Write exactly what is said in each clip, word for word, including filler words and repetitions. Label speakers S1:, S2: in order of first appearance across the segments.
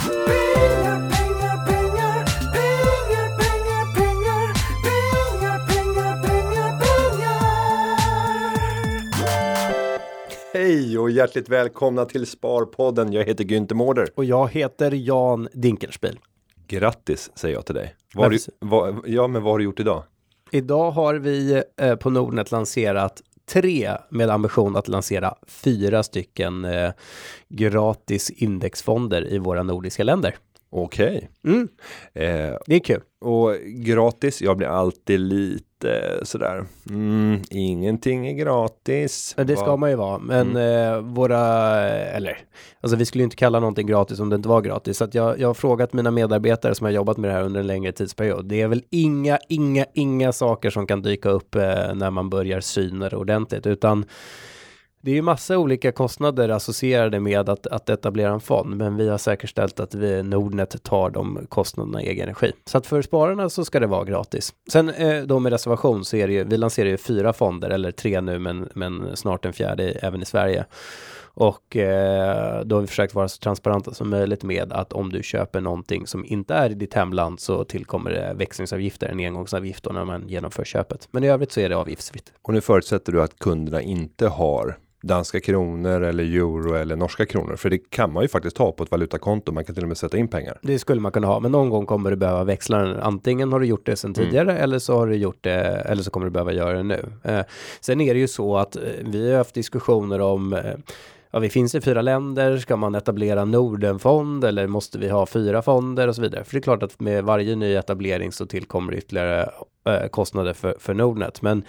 S1: Hej och hjärtligt välkomna till Sparpodden. Jag heter Günther Mårder.
S2: Och jag heter Jan Dinkelspiel.
S1: Grattis säger jag till dig. Vad har du, vad, ja, men vad har du gjort idag?
S2: Idag har vi eh, på Nordnet lanserat tre med ambition att lansera fyra stycken eh, gratis indexfonder i våra nordiska länder.
S1: Okej.
S2: Mm.
S1: Eh,
S2: det är kul.
S1: Och gratis, jag blir alltid lite sådär, mm, ingenting är gratis.
S2: Men det ska
S1: Va?
S2: man ju vara. Men
S1: Mm.
S2: eh, våra, eller, alltså vi skulle ju inte kalla någonting gratis om det inte var gratis. Så att jag, jag har frågat mina medarbetare som har jobbat med det här under en längre tidsperiod. Det är väl inga, inga, inga saker som kan dyka upp eh, när man börjar syna det ordentligt. Utan det är ju massa olika kostnader associerade med att, att etablera en fond, men vi har säkerställt att vi Nordnet tar de kostnaderna i egen regi. Så att för spararna så ska det vara gratis. Sen eh, då med reservation så är det ju, vi lanserar ju fyra fonder, eller tre nu, men, men snart en fjärde även i Sverige. Och eh, då har vi försökt vara så transparenta som möjligt med att om du köper någonting som inte är i ditt hemland så tillkommer det växlingsavgifter, en engångsavgift då när man genomför köpet. Men i övrigt så är det avgiftsfritt.
S1: Och nu förutsätter du att kunderna inte har danska kronor eller euro eller norska kronor. För det kan man ju faktiskt ha på ett valutakonto. Man kan till och med sätta in pengar.
S2: Det skulle man kunna ha, men någon gång kommer du behöva växla den. Antingen har du gjort det sedan tidigare mm. eller så har du gjort det, eller så kommer du behöva göra det nu. Eh, sen är det ju så att eh, vi har haft diskussioner om eh, ja, vi finns i fyra länder, ska man etablera Nordenfond eller måste vi ha fyra fonder och så vidare. För det är klart att med varje ny etablering så tillkommer ytterligare eh, kostnader för, för Nordnet. Men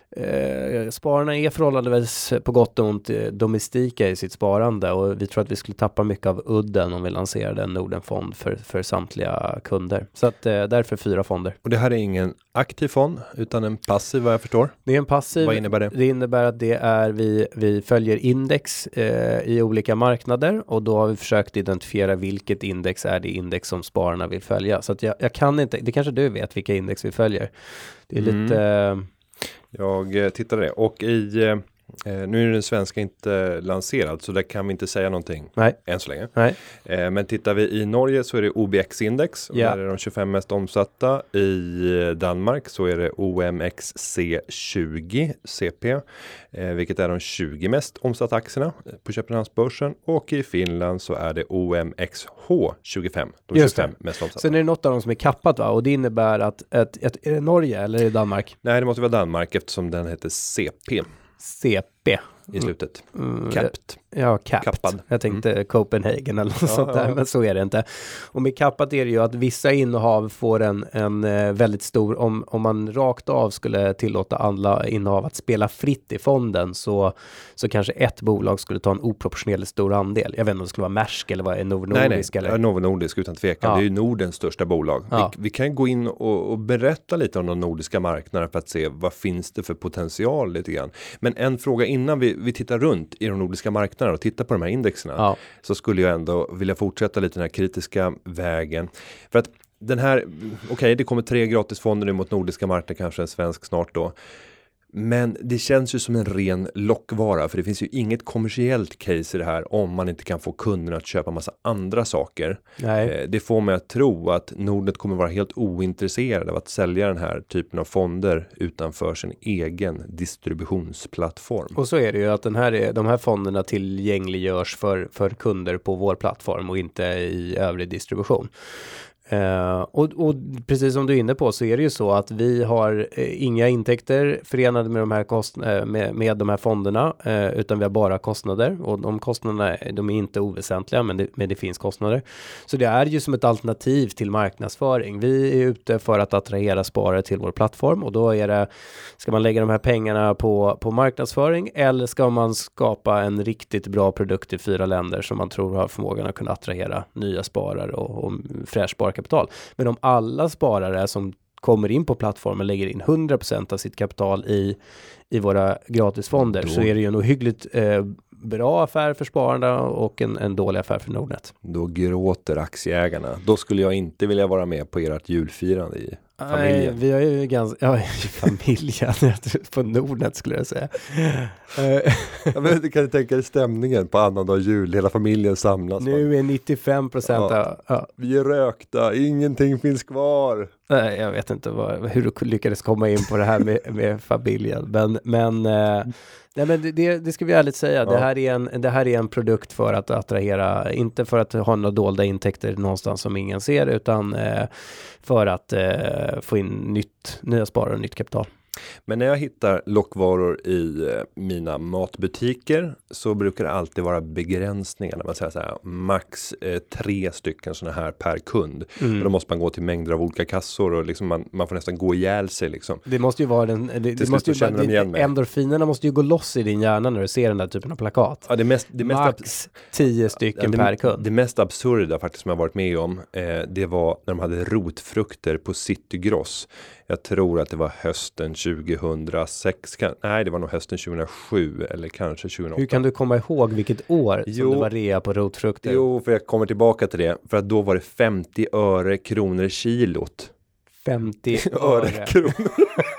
S2: Eh, spararna är förhållandevis på gott och ont eh, domestika i sitt sparande, och vi tror att vi skulle tappa mycket av udden om vi lanserade en Nordenfond för, för samtliga kunder. Så att eh, därför fyra fonder.
S1: Och det här är ingen aktiv fond utan en passiv, vad jag förstår.
S2: Det är en passiv.
S1: Vad innebär det?
S2: Det innebär att det är vi, vi följer index eh, i olika marknader, och då har vi försökt identifiera vilket index är det index som spararna vill följa. Så att jag, jag kan inte, det kanske du vet vilka index vi följer. Det är mm. lite... Eh,
S1: Jag tittade det, och i, eh, nu är den svenska inte lanserad så där kan vi inte säga någonting.
S2: Nej.
S1: Än så länge.
S2: Nej.
S1: Eh, men tittar vi i Norge så är det O B X-index, och
S2: ja.
S1: där är de tjugofem mest omsatta. I Danmark så är det O M X C tjugo C P, eh, vilket är de tjugo mest omsatta aktierna på Köpenhamnsbörsen, och i Finland så är det O M X H tjugofem, de
S2: Just
S1: tjugofem
S2: det.
S1: mest omsatta.
S2: Sen är det något av dem som är kappat, va? Och det innebär att, ett, ett, är det Norge eller är det Danmark?
S1: Nej, det måste vara Danmark eftersom den heter C P.
S2: C P.
S1: I slutet.
S2: Mm,
S1: Capped.
S2: Ja, capped.
S1: Kappad.
S2: Jag tänkte mm. Copenhagen eller något ja, sånt där,
S1: ja.
S2: men så är det inte. Och med kappat är det ju att vissa innehav får en, en väldigt stor, om, om man rakt av skulle tillåta alla innehav att spela fritt i fonden, så, så kanske ett bolag skulle ta en oproportionerligt stor andel. Jag vet inte om det skulle vara Maersk eller vad är Novo Nordisk?
S1: Nej, nej,
S2: eller?
S1: Novo Nordisk utan tvekan.
S2: Ja.
S1: Det är ju Nordens största bolag.
S2: Ja.
S1: Vi, vi kan gå in och, och berätta lite om de nordiska marknaderna för att se vad finns det för potential lite grann. Men en fråga innan vi, vi tittar runt i de nordiska marknaderna och tittar på de här indexerna,
S2: ja.
S1: så skulle jag ändå vilja fortsätta lite den här kritiska vägen. För att den här, okej okay, det kommer tre gratisfonder nu mot nordiska marknader, kanske en svensk snart då. Men det känns ju som en ren lockvara, för det finns ju inget kommersiellt case i det här om man inte kan få kunderna att köpa massa andra saker.
S2: Nej.
S1: Det får mig att tro att Nordnet kommer vara helt ointresserad av att sälja den här typen av fonder utanför sin egen distributionsplattform.
S2: Och så är det ju att den här, de här fonderna tillgängliggörs för, för kunder på vår plattform och inte i övrig distribution. Uh, och, och precis som du är inne på så är det ju så att vi har uh, inga intäkter förenade med de här, kost, uh, med, med de här fonderna, uh, utan vi har bara kostnader, och de kostnaderna de är inte oväsentliga, men det, men det finns kostnader. Så det är ju som ett alternativ till marknadsföring. Vi är ute för att attrahera sparare till vår plattform, och då är det, ska man lägga de här pengarna på, på marknadsföring, eller ska man skapa en riktigt bra produkt i fyra länder som man tror har förmågan att kunna attrahera nya sparare och, och fräsch sparkapital. Men om alla sparare som kommer in på plattformen lägger in hundra procent av sitt kapital i, i våra gratisfonder, då, så är det ju en ohyggligt eh, bra affär för spararna och en, en dålig affär för Nordnet.
S1: Då gråter aktieägarna. Då skulle jag inte vilja vara med på ert julfirande i familjen.
S2: Nej, vi har ju ganska, ja, i familjen på Nordnet skulle jag säga.
S1: Jag vet inte, kan du tänka dig stämningen på annandag jul, hela familjen samlas.
S2: Nu är nittiofem procent
S1: ja.
S2: av, ja.
S1: Vi är rökta, ingenting finns kvar.
S2: Nej, jag vet inte vad, hur du lyckades komma in på det här med, med familjen. Men, men, eh, nej, men det, det ska vi ärligt säga. Ja. Det, här är en, det här är en produkt för att attrahera, inte för att ha några dolda intäkter någonstans som ingen ser, utan eh, för att eh, få in nytt, nya sparare och nytt kapital.
S1: Men när jag hittar lockvaror i mina matbutiker så brukar det alltid vara begränsningar. När man säger så här, max eh, tre stycken sådana här per kund. Mm. Och då måste man gå till mängder av olika kassor och liksom man, man får nästan gå ihjäl sig. Liksom.
S2: Det måste ju vara den, det, det måste ju bara, det, endorfinerna måste ju gå loss i din hjärna när du ser den där typen av plakat.
S1: Ja, det mest, det mest
S2: max tio stycken
S1: ja, det,
S2: per kund.
S1: Det mest absurda faktiskt som jag varit med om, eh, det var när de hade rotfrukter på City Gross. Jag tror att det var hösten tjugohundrasex. Kan, nej, det var nog hösten tjugohundrasju eller kanske tjugohundraåtta.
S2: Hur kan du komma ihåg vilket år
S1: jo,
S2: som det var rea på rotfrukter?
S1: Jo, för jag kommer tillbaka till det. För att då var det femtio öre kronor kilot.
S2: femtio
S1: öre kronor.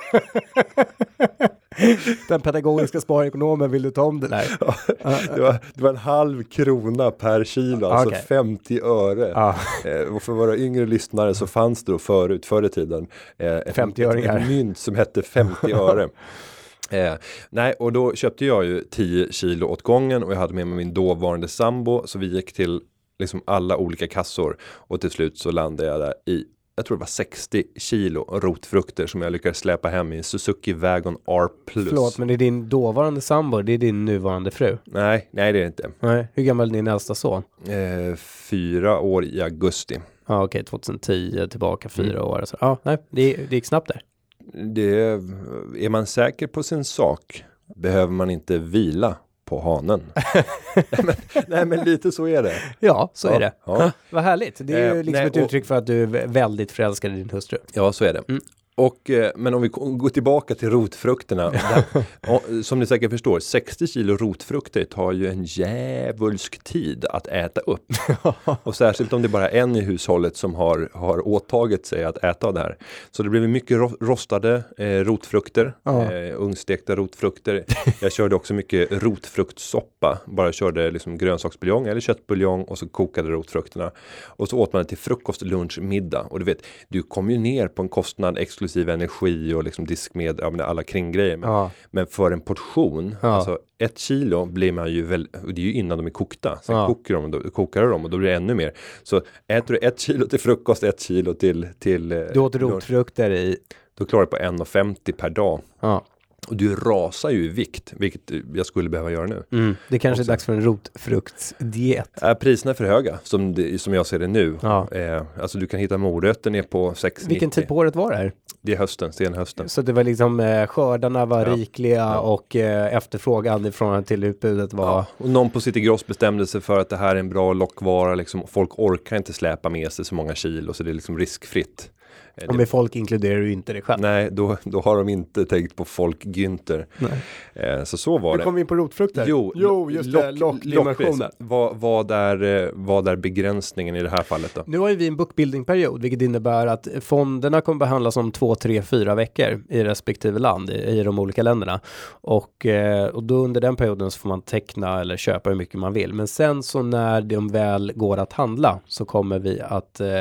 S2: Den pedagogiska sparekonomen, vill du ta om det där?
S1: Ja, det, var, det var en halv krona per kilo, alltså okay. femtio öre. Ah. Eh, och för våra yngre lyssnare så fanns det då förut, förr i tiden, eh, ett, ett, ett mynt som hette femtio öre. Eh, nej, och då köpte jag ju tio kilo åt gången och jag hade med mig min dåvarande sambo, så vi gick till liksom alla olika kassor och till slut så landade jag där i, jag tror det var sextio kilo rotfrukter som jag lyckades släpa hem i en Suzuki Wagon R plus.
S2: Förlåt, men det är din dåvarande sambo, det är din nuvarande fru?
S1: Nej, nej det är det inte.
S2: Nej. Hur gammal är din äldsta son?
S1: Eh, fyra år i augusti.
S2: Ja, ah, okej, okay, tjugohundratio tillbaka fyra mm. år. Ja, ah, nej, det, det gick snabbt där.
S1: Det, är man säker på sin sak behöver man inte vila på hanen. nej, men, nej men lite så är det.
S2: Ja, så
S1: ja,
S2: är det. Ja. Vad härligt. Det är ju
S1: eh,
S2: liksom
S1: nej,
S2: ett uttryck för att du är väldigt förälskad i din hustru.
S1: Ja, så är det. Mm. Och, eh, men om vi går tillbaka till rotfrukterna. där, och, som ni säkert förstår, sextio kilo rotfrukter tar ju en djävulsk tid att äta upp. Och särskilt om det bara är en i hushållet som har, har åtagit sig att äta det här. Så det blev mycket ro- rostade eh, rotfrukter, eh, ungstekta rotfrukter. Jag körde också mycket rotfruktsoppa. Bara körde liksom grönsaksbuljong eller köttbuljong och så kokade rotfrukterna. Och så åt man det till frukost, lunch, middag. Och du vet, du kom ju ner på en kostnad exklusiv energi och liksom disk med ja, alla kringgrejer. Men, ja. men för en portion, ja. alltså ett kilo blir man ju väl, det är ju innan de är kokta. Sen ja. kokar de, då, kokar de och då blir det ännu mer. Så äter du ett kilo till frukost, ett kilo till... till
S2: du åt rotfrukter i...
S1: Då klarar du på en femtio per dag.
S2: Ja.
S1: Och du rasar ju i vikt, vilket jag skulle behöva göra nu.
S2: Mm. Det kanske också är dags för en rotfruktsdiet.
S1: Äh, priserna är för höga, som, det, som jag ser det nu.
S2: Ja.
S1: Eh, alltså du kan hitta morötter ner på sex nittio.
S2: Vilken tid på året var det här?
S1: Det är hösten, senhösten.
S2: Så det var liksom eh, skördarna var
S1: ja.
S2: rikliga ja. och eh, efterfrågan ifrån till utbudet var... Ja.
S1: Och någon på City Gross bestämde sig för att det här är en bra lockvara. Liksom. Folk orkar inte släpa med sig så många kilo, så det är liksom riskfritt.
S2: Och med folk inkluderar du inte det själv.
S1: Nej, då, då har de inte tänkt på folk Günther. Eh, så så var
S2: du
S1: det.
S2: Du kom in på rotfrukter.
S1: Jo,
S2: jo just lock, det. Lockdimensionen.
S1: Vad, vad, är, vad är begränsningen i det här fallet då?
S2: Nu har ju vi en bookbuilding-period, vilket innebär att fonderna kommer behandlas om två, tre, fyra veckor i respektive land, i, i de olika länderna. Och, eh, och då under den perioden så får man teckna eller köpa hur mycket man vill. Men sen så när de väl går att handla så kommer vi att eh,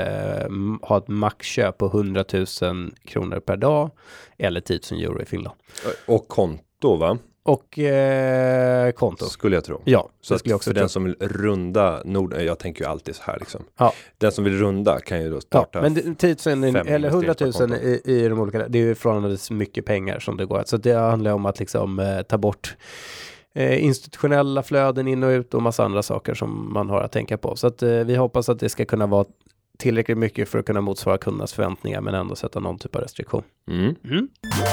S2: ha ett maxköp på hundratusen kronor per dag eller tio tusen euro i Finland.
S1: Och konto va?
S2: Och eh, konto.
S1: Skulle jag tro.
S2: Ja.
S1: Så att för den som vill runda Nord, jag tänker ju alltid så här liksom.
S2: Ja.
S1: Den som vill runda kan ju då starta.
S2: Ja, men tio tusen eller hundratusen i, i de olika, det är ju förhållandevis mycket pengar som det går. Så det handlar om att liksom eh, ta bort eh, institutionella flöden in och ut och massa andra saker som man har att tänka på. Så att eh, vi hoppas att det ska kunna vara tillräckligt mycket för att kunna motsvara kundernas förväntningar men ändå sätta någon typ av restriktion.
S1: Mm. Mm.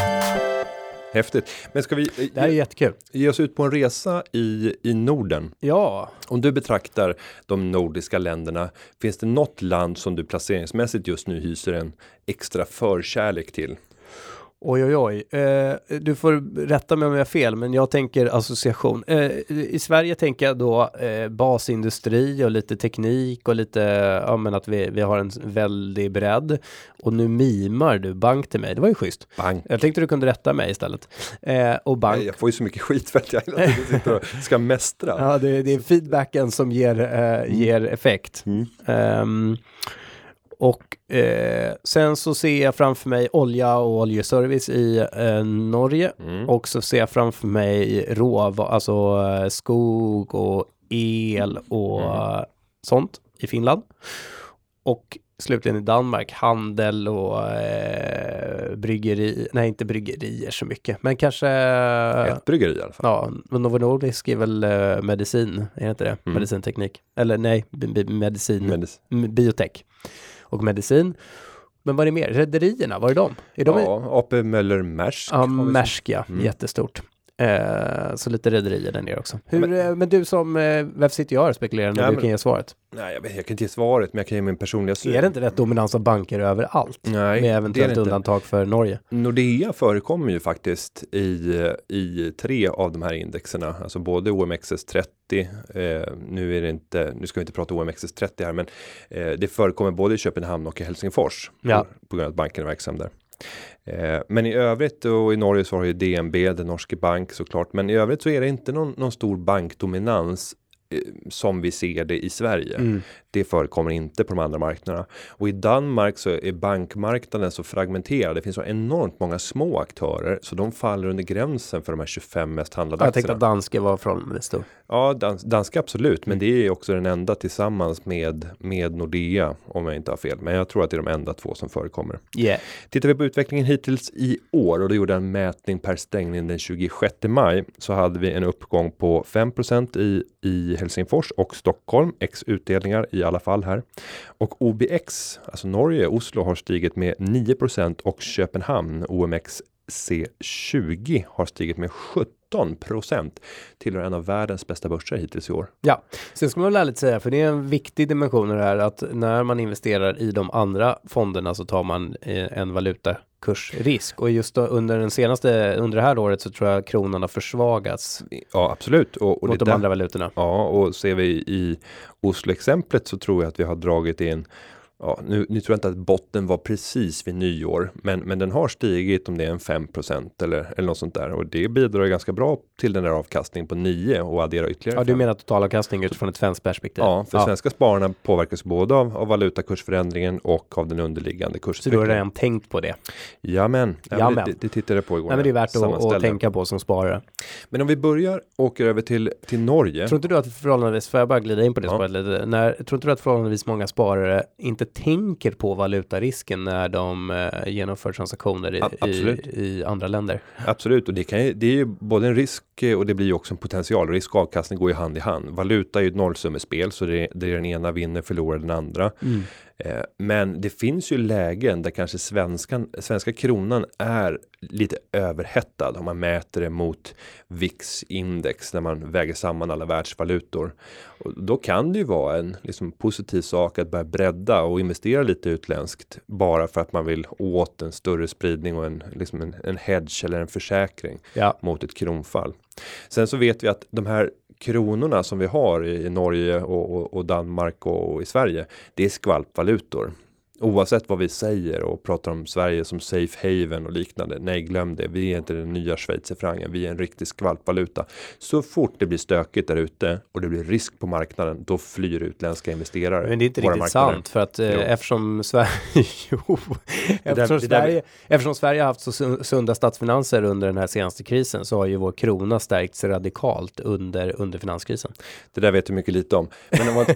S1: Häftigt. Men ska vi
S2: det här är jättekul.
S1: Ge oss ut på en resa i, i Norden?
S2: Ja.
S1: Om du betraktar de nordiska länderna, finns det något land som du placeringsmässigt just nu hyser en extra förkärlek till?
S2: Oj, oj, oj. Eh, du får rätta mig om jag har fel, men jag tänker association. Eh, I Sverige tänker jag då eh, basindustri och lite teknik och lite, ja men att vi, vi har en väldig bredd. Och nu mimar du bank till mig. Det var ju schysst.
S1: Bank.
S2: Jag tänkte du kunde rätta mig istället. Eh, och bank.
S1: Nej, jag får ju så mycket skit för att jag hela tiden sitter och ska mästra.
S2: Ja, det, det är feedbacken som ger, eh, ger effekt.
S1: Mm.
S2: Um, Och eh, sen så ser jag framför mig olja och oljeservice i eh, Norge. Mm. Och så ser jag framför mig råvaror, alltså eh, skog och el och mm. sånt i Finland. Och slutligen i Danmark, handel och eh, bryggeri, nej inte bryggerier så mycket, men kanske...
S1: Ett bryggeri i alla fall.
S2: Ja, Novo Nordisk är väl eh, medicin, är det inte det? Mm. Medicinteknik. Eller nej, b- b- medicin,
S1: Medis.
S2: biotech. Och medicin. Men vad är det mer? Rederierna, var är de? Är de
S1: ja, A P Möller Maersk.
S2: Ja, Maersk, ja. Mm. Jättestort. Eh, så lite rederier där nere också. Hur, men, men du som, eh, varför sitter jag och spekulerar när ja, du men, kan ge svaret?
S1: Nej, jag, vet, jag kan inte ge svaret, men jag kan ge min personliga syn.
S2: Är det inte rätt dominans av banker överallt?
S1: Nej,
S2: med eventuellt undantag för Norge.
S1: Nordea förekommer ju faktiskt i, i tre av de här indexerna. Alltså både O M X S trettio, eh, nu är det inte, nu ska vi inte prata O M X S trettio här, men eh, det förekommer både i Köpenhamn och i Helsingfors.
S2: Ja.
S1: På, på grund av att banken är verksam där. Eh, men i övrigt, och i Norge så har ju D N B, den norske bank såklart, men i övrigt så är det inte någon, någon stor bankdominans eh, som vi ser det i Sverige. Mm. Det förekommer inte på de andra marknaderna. Och i Danmark så är bankmarknaden så fragmenterad. Det finns så enormt många små aktörer så de faller under gränsen för de här tjugofem mest handlade aktierna.
S2: Jag tänkte att danska var från stor.
S1: Ja, dans, danska absolut. Men det är också den enda tillsammans med, med Nordea, om jag inte har fel. Men jag tror att det är de enda två som förekommer.
S2: Yeah.
S1: Tittar vi på utvecklingen hittills i år, och då gjorde en mätning per stängning den tjugosjätte maj, så hade vi en uppgång på fem procent i, i Helsingfors och Stockholm, ex utdelningar i alla fall här. Och O B X, alltså Norge, Oslo, har stigit med nio procent och Köpenhamn, O M X C tjugo, har stigit med sjutton procent. Tillhör en av världens bästa börser hittills i år.
S2: Ja, sen ska man väl ärligt säga, för det är en viktig dimension i det här, att när man investerar i de andra fonderna så tar man eh, en valutakursrisk. Och just då, under den senaste, under det här året så tror jag kronan har försvagats.
S1: Ja, absolut. Och, och
S2: mot
S1: det
S2: de
S1: där,
S2: andra valutorna.
S1: Ja, och ser vi i Oslo-exemplet så tror jag att vi har dragit in. Ja, nu, nu tror jag inte att botten var precis vid nyår, men, men den har stigit om det är en fem procent eller, eller något sånt där. Och det bidrar ganska bra till den där avkastningen på nio och addera ytterligare.
S2: Ja, du menar totalavkastning utifrån ett svenskt perspektiv?
S1: Ja, för
S2: ja.
S1: svenska spararna påverkas både av, av valutakursförändringen och av den underliggande kursutvecklingen.
S2: Så du har redan tänkt på det?
S1: Jamen,
S2: Jamen.
S1: Det, det tittade jag på igår.
S2: Nej, men det är värt att, att tänka på som sparare.
S1: Men om vi börjar åka över till, till Norge.
S2: Tror inte du att förhållandevis, får jag bara glida in på det
S1: ja.
S2: lite, när, tror inte du att förhållandevis många sparare inte tänker på valutarisken när de eh, genomför transaktioner i, i, i andra länder?
S1: Absolut, och det, kan ju, det är ju både en risk och det blir ju också en potentialrisk. Avkastning går ju hand i hand. Valuta är ju ett nollsummespel, så det, det är den ena vinner, förlorar den andra. Mm. Eh, men det finns ju lägen där kanske svenskan, svenska kronan är lite överhettad om man mäter det mot V I X-index när man väger samman alla världsvalutor. Och då kan det ju vara en liksom, positiv sak att börja bredda och investera lite utländskt bara för att man vill åt en större spridning och en, liksom en, en hedge eller en försäkring ja. mot ett kronfall. Sen så vet vi att de här kronorna som vi har i Norge och, och, och Danmark och, och i Sverige, det är skvalpvalutor. Oavsett vad vi säger och pratar om Sverige som safe haven och liknande. Nej, glöm det. Vi är inte den nya schweizerfrancen. Vi är en riktig skvalpvaluta. Så fort det blir stökigt där ute och det blir risk på marknaden, då flyr utländska investerare.
S2: Men det är inte riktigt marknader. sant, för att eh, eftersom Sverige jo, eftersom, där, Sverige, eftersom Sverige har haft så sunda statsfinanser under den här senaste krisen, så har ju vår krona stärkts radikalt under, under finanskrisen.
S1: Det där vet du mycket lite om. Men om man,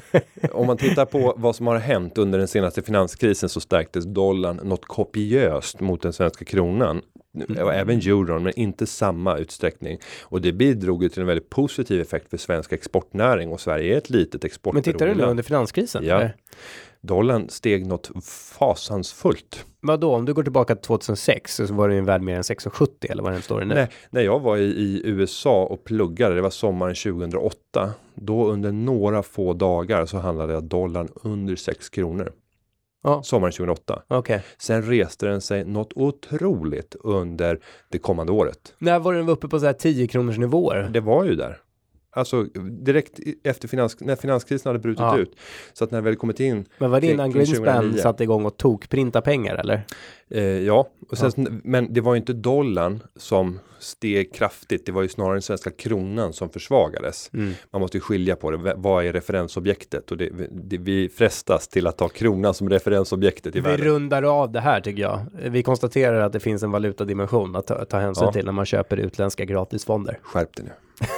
S1: om man tittar på vad som har hänt under den senaste finanskrisen, så stärktes dollarn något kopiöst mot den svenska kronan. Mm. Och även euron, men inte samma utsträckning. Och det bidrog ju till en väldigt positiv effekt för svensk exportnäring, och Sverige är ett litet exportberoende.
S2: Men tittar du nu under finanskrisen?
S1: Ja. Eller? Dollarn steg något fasansfullt.
S2: Vadå, om du går tillbaka till tjugohundrasex så var det en värd mer än sex komma sjuttio eller vad den står det nu?
S1: Nej, när jag var i, i U S A och pluggade, det var sommaren tjugohundraåtta. Då under några få dagar så handlade jag dollarn under sex kronor.
S2: Ja.
S1: sommaren tjugohundraåtta.
S2: Okej.
S1: Sen reste den sig något otroligt under det kommande året.
S2: När var den uppe på så här tio kronors nivåer?
S1: Det var ju där. Alltså direkt efter finans, när finanskrisen hade brutit
S2: Ja.
S1: ut. Så att när vi hade kommit in.
S2: Men var det innan
S1: kring
S2: Greenspan
S1: tjugohundranio.
S2: satte igång och tog printa pengar eller?
S1: Eh, ja, och sen, men det var ju inte dollarn som steg kraftigt. Det var ju snarare den svenska kronan som försvagades.
S2: Mm. Man
S1: måste ju skilja på det. V- vad är referensobjektet? Och det, det, vi frestas till att ta kronan som referensobjektet i
S2: Vi
S1: världen.
S2: rundar av det här tycker jag. Vi konstaterar att det finns en valutadimension att ta, ta hänsyn
S1: Ja.
S2: till när man köper utländska gratisfonder.
S1: Skärp dig nu.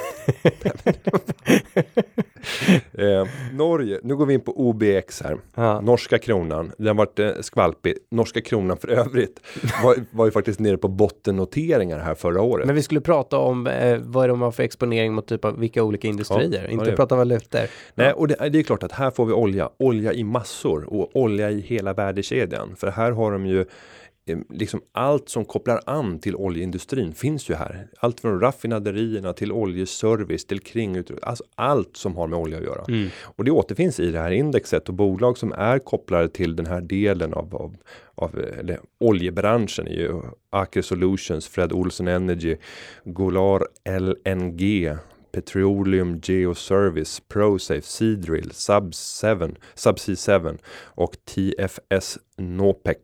S1: eh, Norge, nu går vi in på O B X här.
S2: Ja.
S1: Norska kronan, den har varit eh, skvalpig. Norska kronan för övrigt var, var ju faktiskt nere på bottennoteringar här förra året.
S2: Men vi skulle prata om eh, vad de har för exponering mot typ av vilka olika industrier.
S1: Ja,
S2: inte
S1: det.
S2: prata valutor.
S1: Nej, och det, det är klart att här får vi olja. Olja i massor och olja i hela värdekedjan. För här har de ju eh, liksom allt som kopplar an till oljeindustrin finns ju här. Allt från raffinaderierna till oljeservice till kringutrustning. Alltså allt som har med olja att göra.
S2: Mm.
S1: Och det återfinns i det här indexet och bolag som är kopplade till den här delen av, av, av eller, oljebranschen är ju Aker Solutions, Fred Olsen Energy, Golar L N G, Petroleum Geoservice, ProSafe, Seadrill, Sub seven, Subsea sju och T F S Nopec.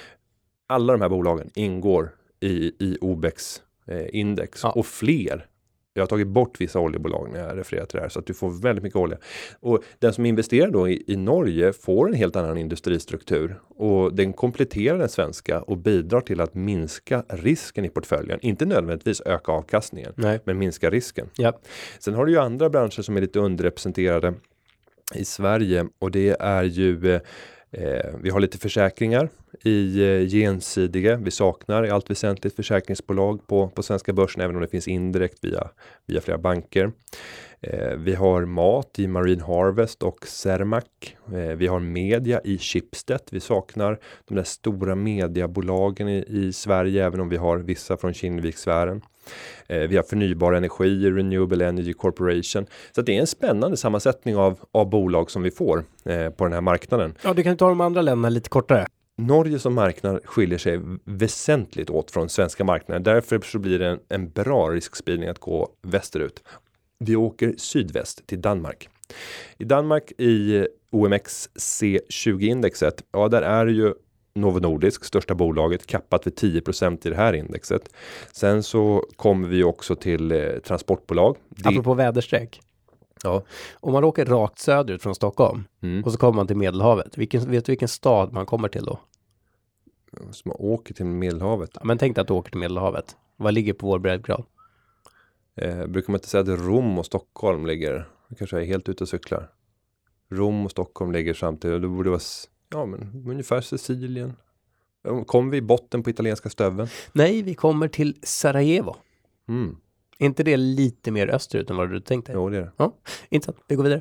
S1: Alla de här bolagen ingår i, i O B E X eh, index
S2: Ja.
S1: och fler. Jag har tagit bort vissa oljebolag när jag refererar till det här så att du får väldigt mycket olja. Och den som investerar då i, i Norge får en helt annan industristruktur och den kompletterar den svenska och bidrar till att minska risken i portföljen. Inte nödvändigtvis öka avkastningen,
S2: Nej.
S1: men minska risken.
S2: Ja.
S1: Sen har du ju andra branscher som är lite underrepresenterade i Sverige och det är ju eh, vi har lite försäkringar i eh, gensidiga. Vi saknar i allt väsentligt försäkringsbolag på, på svenska börsen även om det finns indirekt via, via flera banker. Eh, vi har mat i Marine Harvest och Cermaq. Eh, vi har media i Schibsted. Vi saknar de där stora mediebolagen i, i Sverige även om vi har vissa från Kinnevikssfären. Eh, vi har förnybar energi, Renewable Energy Corporation. Så att det är en spännande sammansättning av, av bolag som vi får eh, på den här marknaden.
S2: Ja, du kan ta de andra länderna lite kortare.
S1: Norge som marknad skiljer sig väsentligt åt från svenska marknaden. Därför så blir det en, en bra riskspridning att gå västerut. Vi åker sydväst till Danmark. I Danmark i O M X C tjugo-indexet, ja där är det ju Novo Nordisk, största bolaget, kappat vid tio procent i det här indexet. Sen så kommer vi också till eh, transportbolag. Det,
S2: Apropå väderstreck.
S1: ja.
S2: Om man åker rakt söderut från Stockholm
S1: Mm.
S2: och så kommer man till Medelhavet. Vilken, vet du vilken stad man kommer till då?
S1: Som åker till Medelhavet.
S2: Ja, men tänk dig att du åker till Medelhavet. Vad ligger på vår breddgrad?
S1: Eh, brukar man inte säga att Rom och Stockholm ligger, det kanske är helt ute och cyklar. Rom och Stockholm ligger samtidigt, det borde vara s- ja, men ungefär Sicilien. Kommer vi i botten på italienska stöveln?
S2: Nej, vi kommer till Sarajevo.
S1: Mm.
S2: Är inte det lite mer österut än vad du tänkte?
S1: Jo, det är det.
S2: Ja, intressant. Vi går vidare.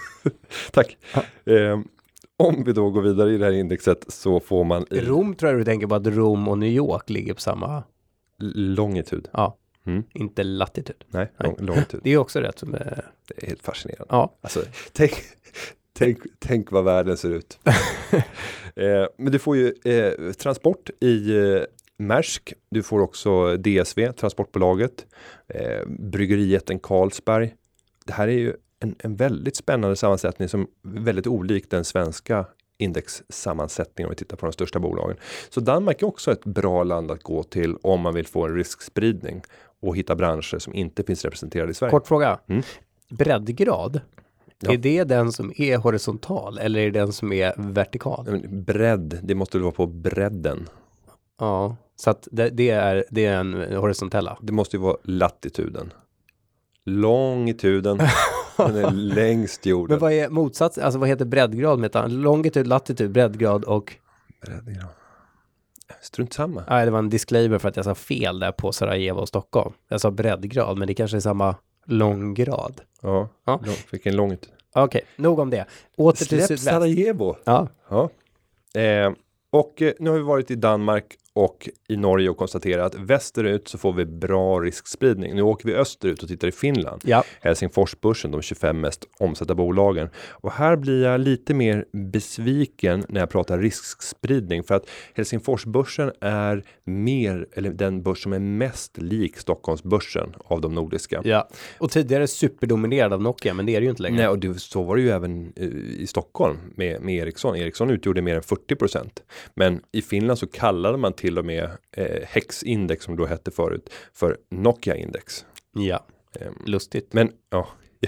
S1: Tack. Eh, om vi då går vidare i det här indexet så får man i
S2: Rom tror jag du tänker på att Rom och New York ligger på samma,
S1: longitud.
S2: ja,
S1: Mm.
S2: inte latitud.
S1: Nej,
S2: Nej.
S1: lång, longitud.
S2: Det är också rätt som, eh,
S1: Det är helt fascinerande.
S2: ja.
S1: Alltså, tänk, tänk, tänk vad världen ser ut. eh, men du får ju eh, transport i eh, Maersk. Du får också D S V, transportbolaget. Eh, bryggerijätten Carlsberg. Det här är ju en, en väldigt spännande sammansättning som är väldigt olik den svenska indexsammansättningen om vi tittar på de största bolagen. Så Danmark är också ett bra land att gå till om man vill få en riskspridning och hitta branscher som inte finns representerade i Sverige.
S2: Kort fråga.
S1: Mm.
S2: Breddgrad.
S1: Ja.
S2: Är det den som är horisontal eller är det den som är vertikal?
S1: Men bredd, det måste väl vara på bredden.
S2: Ja, så att det, det är det är en horisontella.
S1: Det måste ju vara latituden. Longituden. Den är längst jorden.
S2: Men vad är motsats? Alltså vad heter breddgrad med ett longitud, latitud, breddgrad och
S1: Breddgrad. Strunt samma.
S2: nej, det var en disclaimer för att jag sa fel där på Sarajevo och Stockholm. Jag sa breddgrad, men det kanske är samma långgrad.
S1: Ja,
S2: Ja.
S1: lång, vilken långitud.
S2: Okej, nog om det. Åter till
S1: Släpp
S2: sydväst.
S1: Sarajevo.
S2: Ja,
S1: Ja. Eh, och eh, nu har vi varit i Danmark och i Norge och konstatera att västerut så får vi bra riskspridning. Nu åker vi österut och tittar i Finland.
S2: Ja.
S1: Helsingforsbörsen, de tjugofem mest omsatta bolagen. Och här blir jag lite mer besviken när jag pratar riskspridning. För att Helsingforsbörsen är mer, eller den börs som är mest lik Stockholmsbörsen av de nordiska.
S2: Ja, och tidigare superdominerad av Nokia, men det är det ju inte längre.
S1: Nej, och det, så var det ju även uh, i Stockholm med, med Ericsson. Ericsson utgjorde mer än fyrtio procent. Men i Finland så kallade man till och med eh, Hex-index som då hette förut för Nokia-index.
S2: Ja,
S1: Um,
S2: lustigt.
S1: Men, ja.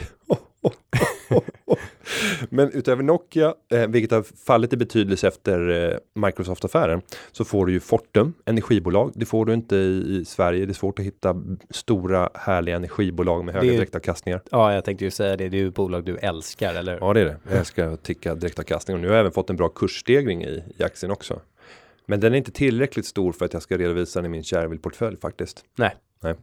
S1: Men utöver Nokia, eh, vilket har fallit i betydelse efter eh, Microsoft-affären, så får du ju Fortum, energibolag. Det får du inte i, i Sverige. Det är svårt att hitta stora, härliga energibolag med höga
S2: Det är-
S1: direktavkastningar.
S2: Ja, jag tänkte ju säga det. Det är ju ett bolag du älskar, eller?
S1: Ja, det är det. Jag älskar att ticka direktavkastning. Och nu har jag även fått en bra kursstegring i, i aktien också. Men den är inte tillräckligt stor för att jag ska redovisa den i min Shareville-portfölj faktiskt.
S2: Nej.
S1: Nej.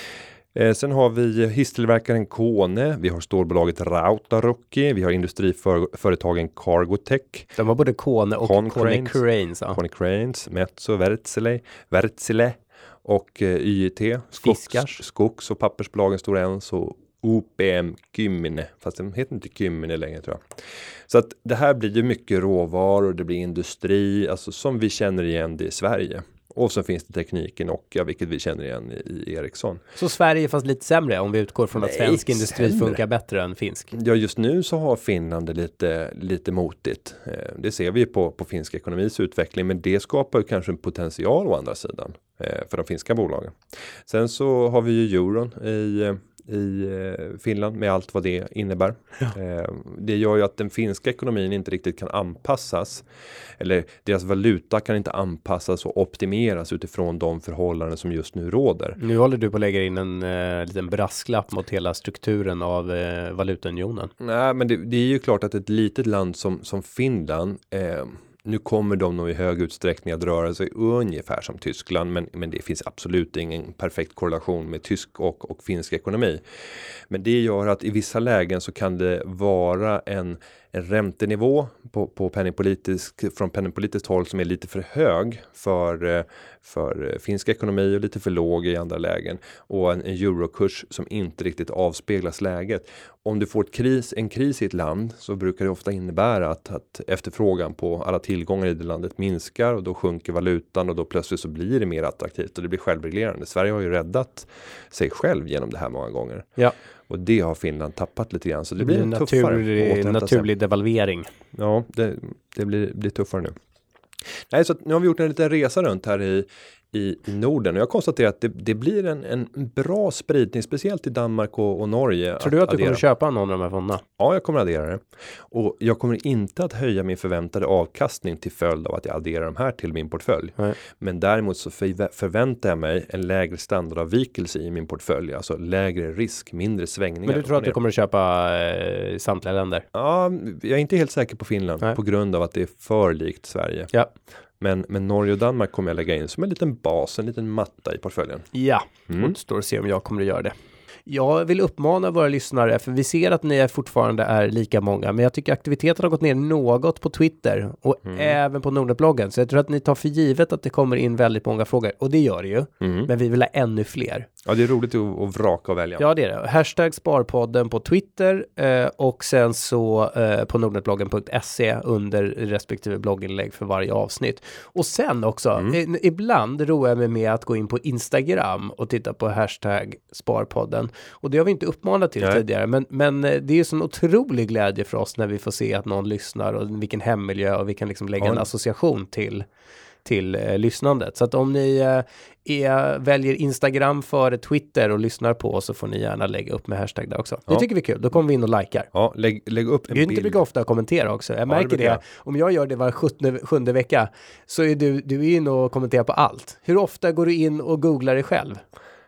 S1: Eh, sen har vi hisstillverkaren Kone, vi har stålbolaget Rautaruukki, vi har industriföretagen Cargotec,
S2: De har både Kone och
S1: Con
S2: Kone
S1: Cranes.
S2: Cranes. Ja.
S1: Kone Cranes, Metso, Wärtsilä, Wärtsilä och eh, Y I T, skogs,
S2: Fiskars.
S1: skogs- och pappersbolagen Stora Enso, O P M Kymmene, fast den heter inte Kymmene längre tror jag. Så att det här blir ju mycket råvaror, det blir industri, alltså som vi känner igen det i Sverige. Och så finns det tekniken och vilket vi känner igen i, i Ericsson.
S2: Så Sverige fast lite sämre om vi utgår från att
S1: Nej,
S2: svensk industri
S1: sämre.
S2: funkar bättre än finsk.
S1: Ja, just nu så har Finland det lite, lite motigt. Eh, det ser vi på, på finsk ekonomis utveckling, men det skapar ju kanske en potential å andra sidan eh, för de finska bolagen. Sen så har vi ju euron i, eh, i eh, Finland med allt vad det innebär.
S2: Ja.
S1: Eh, det gör ju att den finska ekonomin inte riktigt kan anpassas, eller deras valuta kan inte anpassas och optimeras utifrån de förhållanden som just nu råder.
S2: Nu håller du på att lägga in en eh, liten brasklapp mot hela strukturen av eh, valutaunionen.
S1: Nej, men det, det är ju klart att ett litet land som, som Finland, eh, nu kommer de nog i hög utsträckning att röra sig ungefär som Tyskland, men, men det finns absolut ingen perfekt korrelation med tysk och, och finsk ekonomi. Men det gör att i vissa lägen så kan det vara en, en räntenivå på, på penningpolitisk, från penningpolitiskt håll som är lite för hög för, för finsk ekonomi och lite för låg i andra lägen. Och en, en eurokurs som inte riktigt avspeglas läget. Om du får ett kris, en kris i ett land så brukar det ofta innebära att, att efterfrågan på alla tillgångar i det landet minskar och då sjunker valutan och då plötsligt så blir det mer attraktivt och det blir självreglerande. Sverige har ju räddat sig själv genom det här många gånger.
S2: Ja.
S1: Och det har Finland tappat lite grann. Så det,
S2: Det
S1: blir
S2: blir
S1: en
S2: en
S1: tuffare
S2: naturlig,
S1: återhämta sig.
S2: naturlig devalvering.
S1: Ja, det, det blir, blir tuffare nu. Nej, så att nu har vi gjort en liten resa runt här i, i, i Norden. Och jag konstaterar att det, det blir en, en bra spridning, speciellt i Danmark och, och Norge.
S2: Tror du att du
S1: addera.
S2: kommer köpa någon av de här fonderna?
S1: Ja, jag kommer att addera det. Och jag kommer inte att höja min förväntade avkastning till följd av att jag adderar de här till min portfölj.
S2: Nej.
S1: Men däremot så för, förväntar jag mig en lägre standardavvikelse i min portfölj. Alltså lägre risk, mindre svängningar.
S2: Men du tror att du kommer att köpa eh, samtliga länder?
S1: Ja, jag är inte helt säker på Finland.
S2: Nej.
S1: På grund av att det är för likt Sverige.
S2: Ja.
S1: Men, men Norge och Danmark kommer jag lägga in som en liten bas, en liten matta i portföljen.
S2: Ja,
S1: Mm.
S2: och står och se om jag kommer att göra det. Jag vill uppmana våra lyssnare, för vi ser att ni är fortfarande är lika många, men jag tycker aktiviteten har gått ner något på Twitter och
S1: Mm.
S2: även på Nordnet-bloggen. Så jag tror att ni tar för givet att det kommer in väldigt många frågor, och det gör det ju.
S1: Mm.
S2: Men vi vill ha ännu fler.
S1: Ja, det är roligt att, att vraka och välja.
S2: Ja, det är det. Hashtag Sparpodden på Twitter eh, och sen så eh, på nordnetbloggen punkt se under respektive blogginlägg för varje avsnitt. Och sen också,
S1: Mm.
S2: eh, ibland roar jag mig med att gå in på Instagram och titta på hashtag Sparpodden. Och det har vi inte uppmanat till
S1: Nej.
S2: tidigare, men, men eh, det är ju sån otrolig glädje för oss när vi får se att någon lyssnar och vilken hemmiljö, och vi kan liksom lägga
S1: Ja.
S2: en association till till eh, lyssnandet. Så att om ni eh, är, väljer Instagram före Twitter och lyssnar på oss, så får ni gärna lägga upp med hashtag där också.
S1: Ja.
S2: Det tycker vi är kul. Då kommer vi in och likar.
S1: Ja, lägg, lägg upp en
S2: Gynte
S1: bild.
S2: brukar ofta kommentera också. Jag
S1: det
S2: märker
S1: brukar
S2: det.
S1: jag.
S2: Om jag gör det var sjuttonde, sjunde vecka, så är du, du är inne och kommenterar på allt. Hur ofta går du in och googlar dig själv?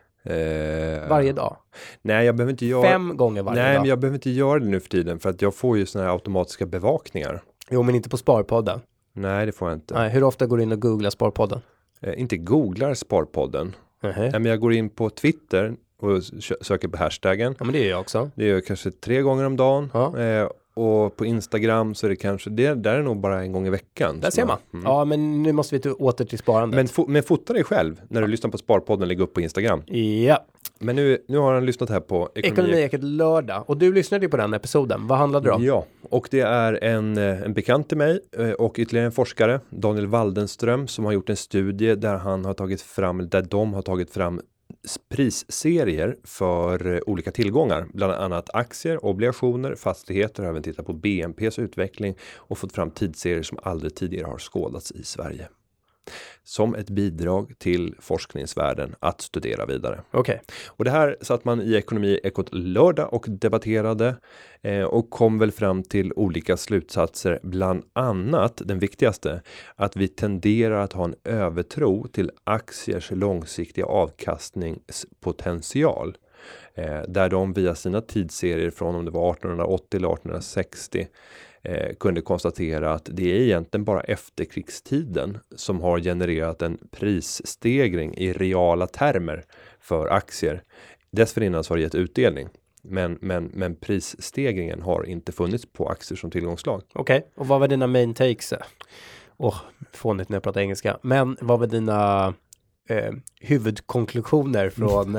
S1: Eh,
S2: Varje dag?
S1: Nej, jag behöver inte göra...
S2: Fem gånger varje
S1: Nej,
S2: dag?
S1: men jag behöver inte göra det nu för tiden. För att jag får ju såna här automatiska bevakningar.
S2: Jo, men inte på Sparpodden.
S1: Nej, det får jag inte.
S2: Nej, hur ofta går du in och googlar Sparpodden?
S1: Eh, inte googlar Sparpodden.
S2: Mhm.
S1: Nej, men jag går in på Twitter och sö- söker på hashtaggen.
S2: Ja, men det är jag också.
S1: Det är kanske tre gånger om dagen.
S2: Ja.
S1: Eh, och på Instagram så är det kanske, det där är nog bara en gång i veckan.
S2: Där ser man. Mm. Ja, men nu måste vi ta åter till sparandet.
S1: Men, fo- men fota dig själv när du ja. lyssnar på Sparpodden, lägg upp på Instagram.
S2: Ja.
S1: Men nu, nu har han lyssnat här på
S2: Ekonomieket lördag. Och du lyssnade ju på den episoden. Vad handlade det om?
S1: Ja, och det är en, en bekant till mig och ytterligare en forskare, Daniel Waldenström, som har gjort en studie där han har tagit fram, där de har tagit fram prisserier för olika tillgångar, bland annat aktier, obligationer, fastigheter, har även tittat på B N P:s utveckling och fått fram tidsserier som aldrig tidigare har skådats i Sverige. Som ett bidrag till forskningsvärlden att studera vidare.
S2: Okej. Okay.
S1: Och det här satt man i Ekonomi Ekot lördag och debatterade eh, och kom väl fram till olika slutsatser, bland annat den viktigaste, att vi tenderar att ha en övertro till aktiers långsiktiga avkastningspotential. Eh, där de via sina tidsserier från om det var artonhundraåttio eller artonhundrasextio Eh, kunde konstatera att det är egentligen bara efterkrigstiden som har genererat en prisstegring i reala termer för aktier. Dessförinnan så har det gett utdelning. Men, men, men prisstegringen har inte funnits på aktier som tillgångslag.
S2: Okej, okay. Och vad var dina main takes? Åh, oh, fånigt när jag pratar engelska. Men vad var dina eh, huvudkonklusioner från...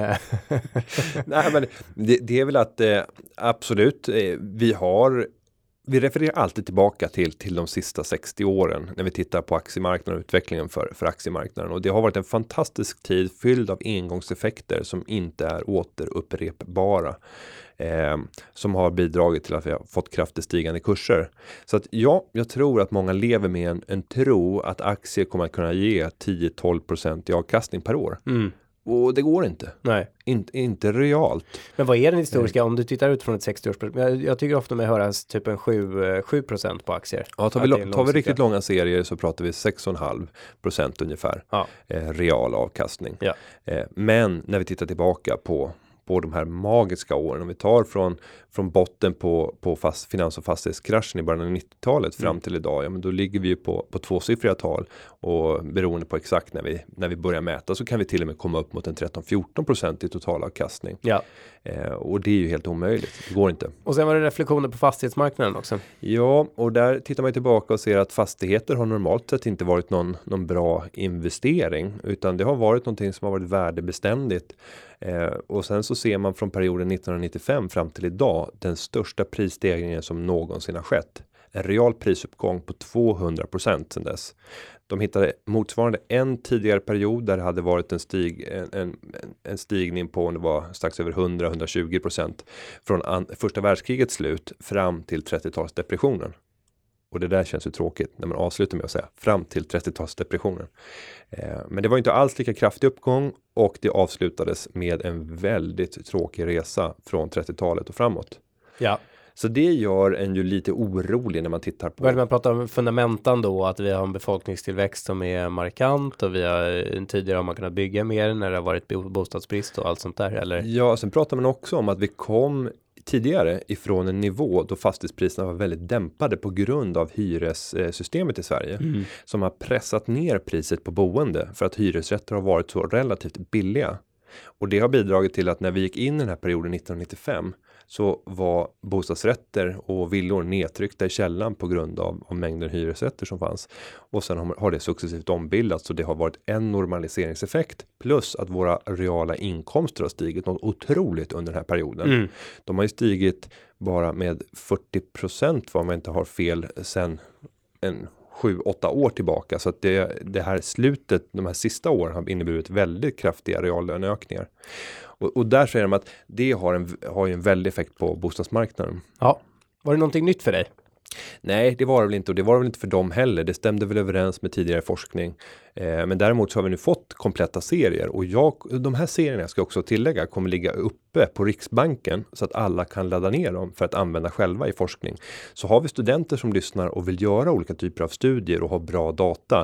S1: Nej, men det, det är väl att eh, absolut, eh, vi har... Vi refererar alltid tillbaka till, till de sista sextio åren när vi tittar på aktiemarknaden och utvecklingen för, för aktiemarknaden. Och det har varit en fantastisk tid fylld av engångseffekter som inte är återupprepbara. Eh, som har bidragit till att vi har fått kraftigt stigande kurser. Så att ja, jag tror att många lever med en, en tro att aktier kommer att kunna ge tio till tolv procent i avkastning per år. Mm. Och det går inte.
S2: Nej.
S1: In, inte realt.
S2: Men vad är den historiska, om du tittar ut från ett sextio-årsperspektiv? Jag, jag tycker ofta med att höra typ en sju procent på aktier.
S1: Ja, tar vi, tar vi riktigt långa serier så pratar vi sex komma fem procent ungefär. Ja. Eh, real avkastning. Ja. Eh, men när vi tittar tillbaka på på de här magiska åren, om vi tar från, från botten på, på fast, finans- och fastighetskraschen i början av nittiotalet fram mm. till idag, ja, men då ligger vi ju på, på tvåsiffriga tal, och beroende på exakt när vi, när vi börjar mäta så kan vi till och med komma upp mot en tretton till fjorton procent i totalavkastning. Ja. Eh, och det är ju helt omöjligt, det går inte.
S2: Och sen var det reflektioner på fastighetsmarknaden också.
S1: Ja, och där tittar man tillbaka och ser att fastigheter har normalt sett inte varit någon, någon bra investering, utan det har varit någonting som har varit värdebeständigt. Eh, och sen så ser man från perioden nittonhundranittiofem fram till idag den största prisstegringen som någonsin har skett. En real prisuppgång på tvåhundra procent sedan dess. De hittade motsvarande en tidigare period där det hade varit en, stig, en, en, en stigning på, om det var strax över hundra till hundratjugo procent från an, första världskrigets slut fram till trettiotalsdepressionen. Och det där känns ju tråkigt när man avslutar med att säga fram till trettiotalsdepressionen. Eh, men det var inte alls lika kraftig uppgång, och det avslutades med en väldigt tråkig resa från trettiotalet och framåt. Ja. Så det gör en ju lite orolig när man tittar på...
S2: Börjar man prata om fundamentan då, att vi har en befolkningstillväxt som är markant, och vi har tidigare har man kunnat bygga mer när det har varit bostadsbrist och allt sånt där, eller?
S1: Ja, sen pratar man också om att vi kom tidigare ifrån en nivå då fastighetspriserna var väldigt dämpade på grund av hyressystemet i Sverige, mm. som har pressat ner priset på boende för att hyresrätter har varit så relativt billiga. Och det har bidragit till att när vi gick in i den här perioden nittonhundranittiofem så var bostadsrätter och villor nedtryckta i källan på grund av, av mängden hyresrätter som fanns. Och sen har, har det successivt ombildats, så det har varit en normaliseringseffekt, plus att våra reala inkomster har stigit något otroligt under den här perioden. Mm. De har ju stigit bara med fyrtio procent, vad man inte har fel, sen en sju åtta år tillbaka. Så att det, det här slutet, de här sista åren har inneburit väldigt kraftiga reallöneökningar. Och, och där säger de att det har en, har ju en väldig effekt på bostadsmarknaden.
S2: Ja, var det någonting nytt för dig?
S1: Nej, det var det väl inte, och det var det väl inte för dem heller. Det stämde väl överens med tidigare forskning. Eh, men däremot så har vi nu fått kompletta serier, och jag, de här serierna ska jag också tillägga kommer ligga uppe på Riksbanken så att alla kan ladda ner dem för att använda själva i forskning. Så har vi studenter som lyssnar och vill göra olika typer av studier och ha bra data,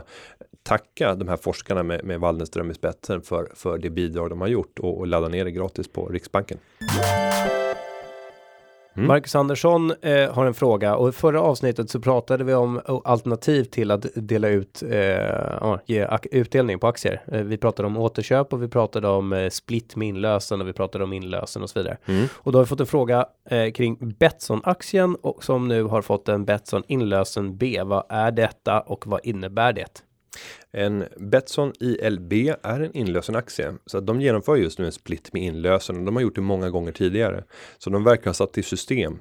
S1: tacka de här forskarna med, med Waldenström i spetsen för, för det bidrag de har gjort, och, och ladda ner det gratis på Riksbanken.
S2: Mm. Marcus Andersson eh, har en fråga, och i förra avsnittet så pratade vi om alternativ till att dela ut eh, ja, ge utdelning på aktier. Eh, vi pratade om återköp och vi pratade om eh, split med inlösen och vi pratade om inlösen och så vidare. Mm. Och då har vi fått en fråga eh, kring Betsson-aktien och som nu har fått en Betsson inlösen B. Vad är detta och vad innebär det?
S1: En Betsson I L B är en inlösenaktie, så att de genomför just nu en split med inlösen och de har gjort det många gånger tidigare. Så de verkar ha satt i system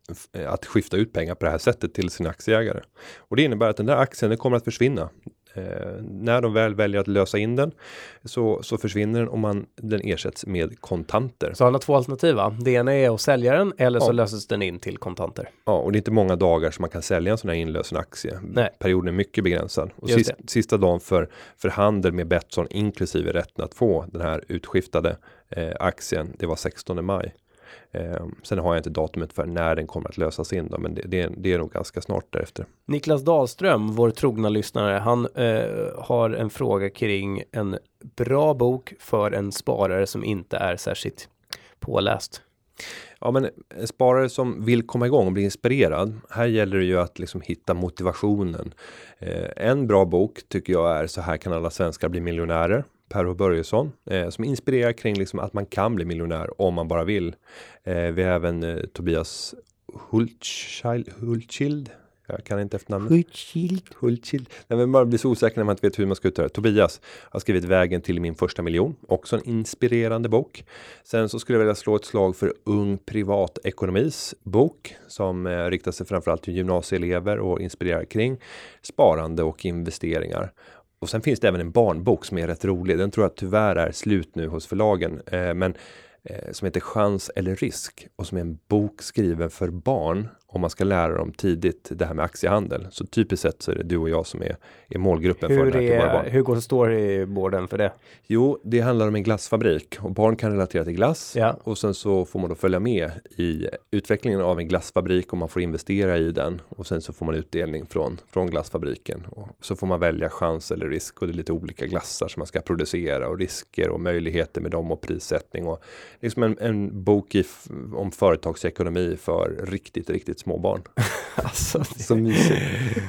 S1: att skifta ut pengar på det här sättet till sina aktieägare. Och det innebär att den där aktien den kommer att försvinna. Eh, när de väl väljer att lösa in den så, så försvinner den om man, den ersätts med kontanter.
S2: Så han har två alternativ, va? Det ena är att sälja den eller så ja. löses den in till kontanter.
S1: Ja, och det är inte många dagar som man kan sälja en sån här inlösen aktie.
S2: Nej.
S1: Perioden är mycket begränsad. Och sist, sista dagen för, för handel med Betsson inklusive rätten att få den här utskiftade eh, aktien, det var sextonde maj. Eh, sen har jag inte datumet för när den kommer att lösas in då, men det, det, det är nog ganska snart därefter.
S2: Niklas Dahlström, vår trogna lyssnare, han eh, har en fråga kring en bra bok för en sparare som inte är särskilt påläst.
S1: Ja, men en sparare som vill komma igång och bli inspirerad, här gäller det ju att liksom hitta motivationen. Eh, en bra bok tycker jag är Så här kan alla svenskar bli miljonärer. Per H. Börjesson, eh, som inspirerar kring liksom att man kan bli miljonär om man bara vill. Eh, vi har även eh, Tobias Hultchild, Hultchild. Jag kan inte efternamnet.
S2: Hultchild.
S1: Hultchild. Nej, men man blir så osäker när man inte vet hur man ska uttala det. Tobias har skrivit Vägen till min första miljon. Också en inspirerande bok. Sen så skulle jag vilja slå ett slag för Ung privatekonomis bok. Som eh, riktar sig framförallt till gymnasieelever och inspirerar kring sparande och investeringar. Och sen finns det även en barnbok som är rätt rolig. Den tror jag tyvärr är slut nu hos förlagen. Eh, men eh, som heter Chans eller risk. Och som är en bok skriven för barn. Om man ska lära dem tidigt det här med aktiehandel. Så typiskt sett så är det du och jag som är, är målgruppen
S2: hur
S1: för den här till våra barn.
S2: Hur går storyboarden för det?
S1: Jo, det handlar om en glassfabrik. Och barn kan relatera till glass.
S2: Ja.
S1: Och sen så får man då följa med i utvecklingen av en glassfabrik. Och man får investera i den. Och sen så får man utdelning från, från glassfabriken. Och så får man välja chans eller risk. Och det är lite olika glassar som man ska producera. Och risker och möjligheter med dem och prissättning. Och liksom en, en bok i, om företagsekonomi för riktigt, riktigt små barn.
S2: Alltså, det,
S1: så mysigt.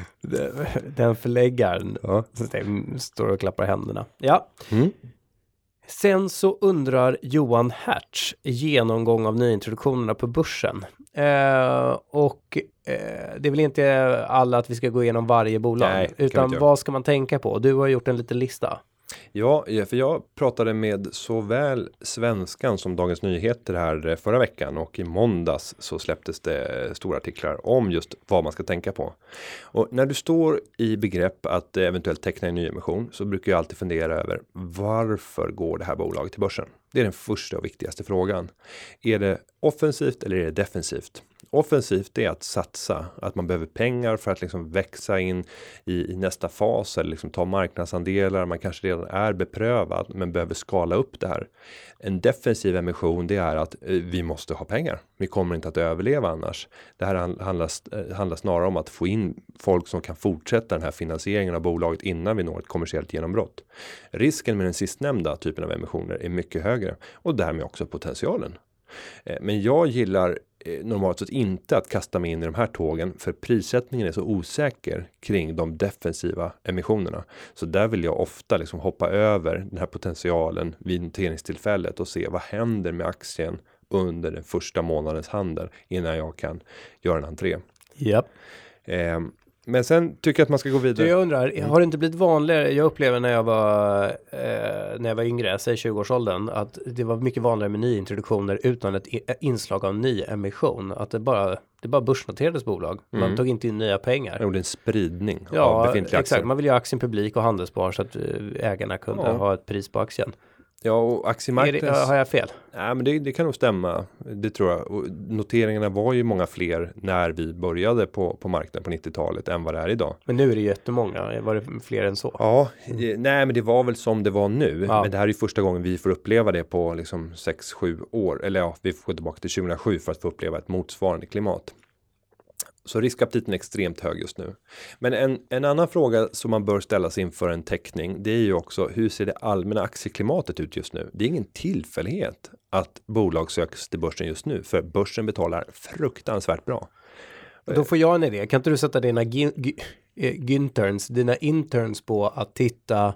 S2: Den förläggaren ja. står och klappar händerna. Ja. Mm. Sen så undrar Johan Hertz genomgång av nyintroduktionerna på börsen. Eh, och eh, det är väl inte alla att vi ska gå igenom varje bolag.
S1: Nej,
S2: utan vad ska man tänka på? Du har gjort en liten lista.
S1: Ja, för jag pratade med såväl Svenskan som Dagens Nyheter här förra veckan och i måndags så släpptes det stora artiklar om just vad man ska tänka på. Och när du står i begrepp att eventuellt teckna en nyemission så brukar jag alltid fundera över varför går det här bolaget till börsen? Det är den första och viktigaste frågan. Är det offensivt eller är det defensivt? Offensivt är att satsa, att man behöver pengar för att liksom växa in i, i nästa fas eller liksom ta marknadsandelar. Man kanske redan är beprövad men behöver skala upp det här. En defensiv emission det är att eh, vi måste ha pengar. Vi kommer inte att överleva annars. Det här handlar, eh, handlar snarare om att få in folk som kan fortsätta den här finansieringen av bolaget innan vi når ett kommersiellt genombrott. Risken med den sistnämnda typen av emissioner är mycket högre och därmed också potentialen. Eh, men jag gillar normalt sett inte att kasta mig in i de här tågen för prissättningen är så osäker kring de defensiva emissionerna. Så där vill jag ofta liksom hoppa över den här potentialen vid noteringstillfället och se vad händer med aktien under den första månadens handel innan jag kan göra en entré.
S2: Yep.
S1: Eh, men sen tycker jag att man ska gå vidare.
S2: Du, jag undrar, har det inte blivit vanligare? Jag upplever när jag var eh, när jag var yngre, säg tjugo-årsåldern, att det var mycket vanligare med nyintroduktioner utan ett inslag av nyemission. Att det bara, det bara börsnoterades bolag. Man mm. tog inte in nya pengar.
S1: Det gjorde en spridning
S2: ja,
S1: av befintliga aktier.
S2: Exakt, man vill göra aktien publik och handelsbar så att ägarna kunde ja. ha ett pris på aktien.
S1: Ja, och aktiemarknaden...
S2: Har jag fel?
S1: Nej, men det, det kan nog stämma. Det tror jag. Och noteringarna var ju många fler när vi började på, på marknaden på nittiotalet än vad det är idag.
S2: Men nu är det jättemånga. Var det fler än så?
S1: Ja, mm. nej men det var väl som det var nu. Ja. Men det här är ju första gången vi får uppleva det på liksom sex sju år. Eller ja, vi får gå tillbaka till tjugohundrasju för att få uppleva ett motsvarande klimat. Så riskaptiten är extremt hög just nu. Men en, en annan fråga som man bör ställa sig inför en teckning, det är ju också hur ser det allmänna aktieklimatet ut just nu? Det är ingen tillfällighet att bolag söks till börsen just nu, för börsen betalar fruktansvärt bra.
S2: Då får jag en idé. Kan inte du sätta dina gyn- gy- gynterns, dina interns på att titta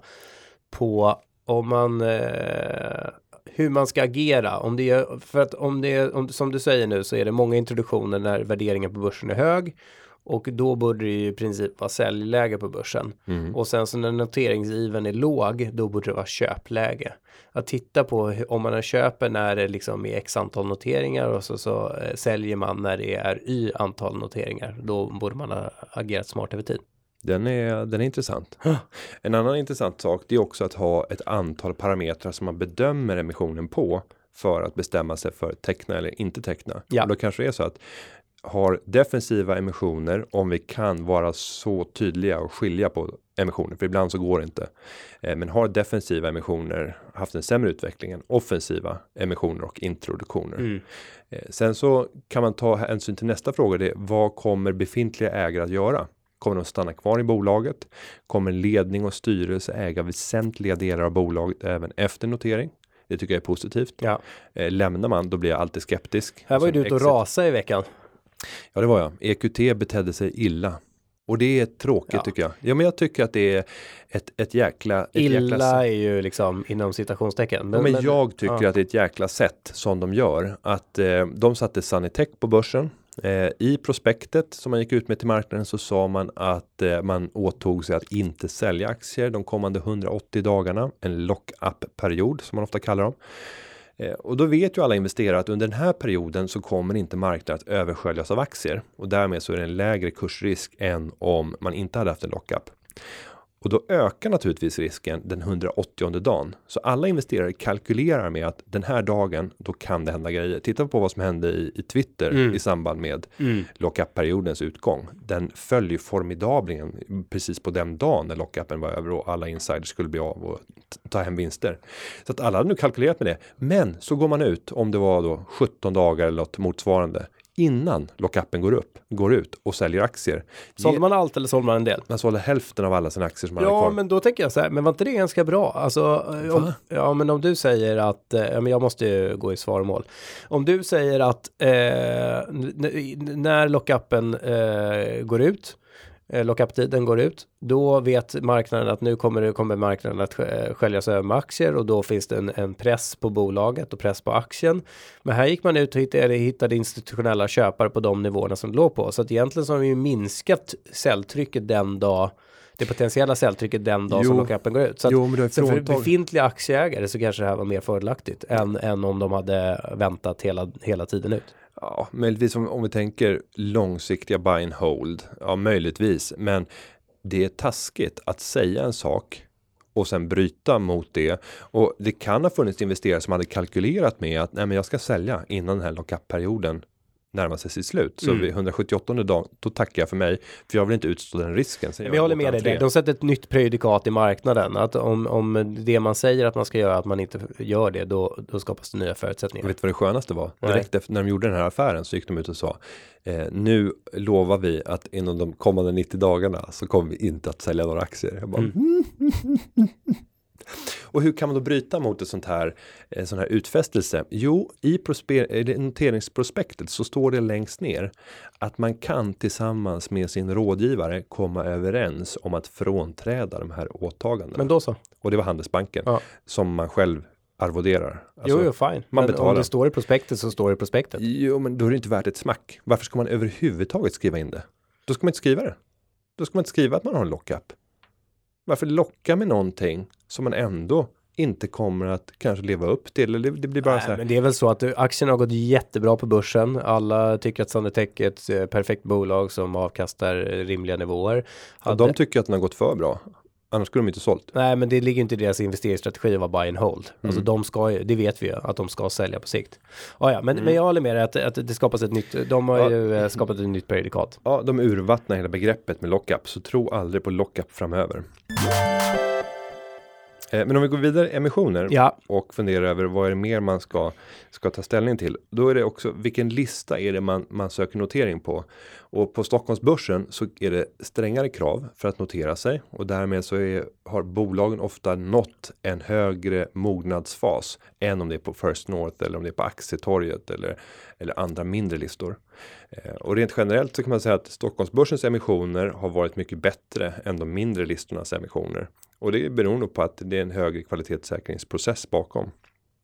S2: på om man eh, hur man ska agera, om det är, för att om det är, om, som du säger nu, så är det många introduktioner när värderingen på börsen är hög, och då borde det ju i princip vara säljläge på börsen. Mm. Och sen så när noteringsgiven är låg, då borde det vara köpläge. Att titta på hur, om man köper när det liksom är x antal noteringar, och så, så eh, säljer man när det är y antal noteringar, då borde man ha agerat smart över tid.
S1: Den är, den är intressant. Huh. En annan intressant sak, det är också att ha ett antal parametrar som man bedömer emissionen på för att bestämma sig för teckna eller inte teckna. Ja. Och då kanske det är så att har defensiva emissioner, om vi kan vara så tydliga och skilja på emissioner, för ibland så går det inte. Eh, men har defensiva emissioner haft en sämre utveckling än offensiva emissioner och introduktioner. Mm. Eh, sen så kan man ta hänsyn till nästa fråga, det är vad kommer befintliga ägare att göra? Kommer de stanna kvar i bolaget? Kommer ledning och styrelse äga väsentliga delar av bolaget även efter notering? Det tycker jag är positivt. Ja. Eh, lämnar man, då blir jag alltid skeptisk.
S2: Här var ju du ute och rasa i veckan.
S1: Ja, det var jag. E Q T betedde sig illa. Och det är tråkigt ja. tycker jag. Ja, men jag tycker att det är ett, ett jäkla... Ett
S2: illa
S1: jäkla
S2: är ju liksom inom citationstecken.
S1: Men, ja, men jag tycker ja. att det är ett jäkla sätt som de gör. Att eh, de satte Sanitec på börsen. Eh, I prospektet som man gick ut med till marknaden så sa man att eh, man åtog sig att inte sälja aktier de kommande hundraåttio dagarna. En lock-up-period som man ofta kallar dem. Eh, och då vet ju alla investerare att under den här perioden så kommer inte marknaden att översköljas av aktier. Och därmed så är det en lägre kursrisk än om man inte hade haft en lock-up. Och då ökar naturligtvis risken den hundraåttionde dagen. Så alla investerare kalkylerar med att den här dagen, då kan det hända grejer. Titta på vad som hände i, i Twitter mm. i samband med mm. lockup-periodens utgång. Den följer formidablingen precis på den dagen när lockupen var över och alla insiders skulle bli av och t- ta hem vinster. Så att alla hade nu kalkylerat med det. Men så går man ut, om det var då sjutton dagar eller något motsvarande, innan lockupen går upp, går ut och säljer aktier.
S2: Sålde man allt eller sålde man en del?
S1: Man sålde hälften av alla sina aktier som man hade
S2: Ja,
S1: kvar.
S2: men då tänker jag så här, men var inte det ganska bra? Alltså, om, ja, men om du säger att, ja, men jag måste ju gå i svarmål. Om du säger att eh, n- när lockupen eh, går ut, lockup-tiden går ut, då vet marknaden att nu kommer, det, kommer marknaden att sköljas över med aktier, och då finns det en, en press på bolaget och press på aktien. Men här gick man ut och hittade, hittade institutionella köpare på de nivåerna som det låg på. Så att egentligen så har vi ju minskat säljtrycket den dag, det potentiella säljtrycket den dag jo. som lockupen går ut. Så, att,
S1: jo, men det är
S2: så för befintliga aktieägare så kanske det här var mer fördelaktigt än, än om de hade väntat hela, hela tiden ut.
S1: Ja, möjligtvis om, om vi tänker långsiktiga buy and hold. Ja, möjligtvis. Men det är taskigt att säga en sak och sen bryta mot det. Och det kan ha funnits investerare som hade kalkylerat med att nej, men jag ska sälja innan den här lockup-perioden närmar sig sitt slut. Så mm. vid hundrasjuttioåttonde dag, då tackar jag för mig. För jag vill inte utstå den risken.
S2: Vi håller med dig. De sätter ett nytt prejudikat i marknaden. Att om, om det man säger att man ska göra, att man inte gör det, då, då skapas det nya förutsättningar.
S1: Vet du vad det skönaste var? Direkt efter, när de gjorde den här affären så gick de ut och sa eh, nu lovar vi att inom de kommande nittio dagarna så kommer vi inte att sälja några aktier. Jag bara, mm. Och hur kan man då bryta mot ett sånt här, en sån här utfästelse? Jo, i, prospe- i noteringsprospektet så står det längst ner att man kan tillsammans med sin rådgivare komma överens om att frånträda de här åtagandena.
S2: Men då så?
S1: Och det var Handelsbanken ja. som man själv arvoderar.
S2: Alltså, jo, jo, fine. Man men om det står i prospektet så står det i prospektet.
S1: Jo, men då är det inte värt ett smack. Varför ska man överhuvudtaget skriva in det? Då ska man inte skriva det. Då ska man inte skriva att man har en lockup. Varför locka med någonting som man ändå inte kommer att kanske leva upp till? Eller det blir bara
S2: Nej,
S1: så här.
S2: Men det är väl så att aktien har gått jättebra på börsen. Alla tycker att Sanitec är ett perfekt bolag som avkastar rimliga nivåer.
S1: Hade... Ja, de tycker att den har gått för bra. Annars skulle de inte sålt.
S2: Nej, men det ligger inte i deras investeringsstrategi att vara buy and hold. Mm. Alltså de ska, det vet vi ju, att de ska sälja på sikt. Ja, ja, men, mm. men jag håller med dig att, att det skapas ett nytt, de har ja. ju skapat ett nytt prejudikat.
S1: Ja, de urvattnar hela begreppet med lockup, så tro aldrig på lockup framöver. Eh, men om vi går vidare emissioner
S2: ja.
S1: och funderar över vad är det mer man ska, ska ta ställning till. Då är det också vilken lista är det man, man söker notering på. Och på Stockholmsbörsen så är det strängare krav för att notera sig. Och därmed så är, har bolagen ofta nått en högre mognadsfas än om det är på First North eller om det är på Aktietorget eller, eller andra mindre listor. Eh, och rent generellt så kan man säga att Stockholmsbörsens emissioner har varit mycket bättre än de mindre listornas emissioner. Och det beror nog på att det är en högre kvalitetssäkringsprocess bakom.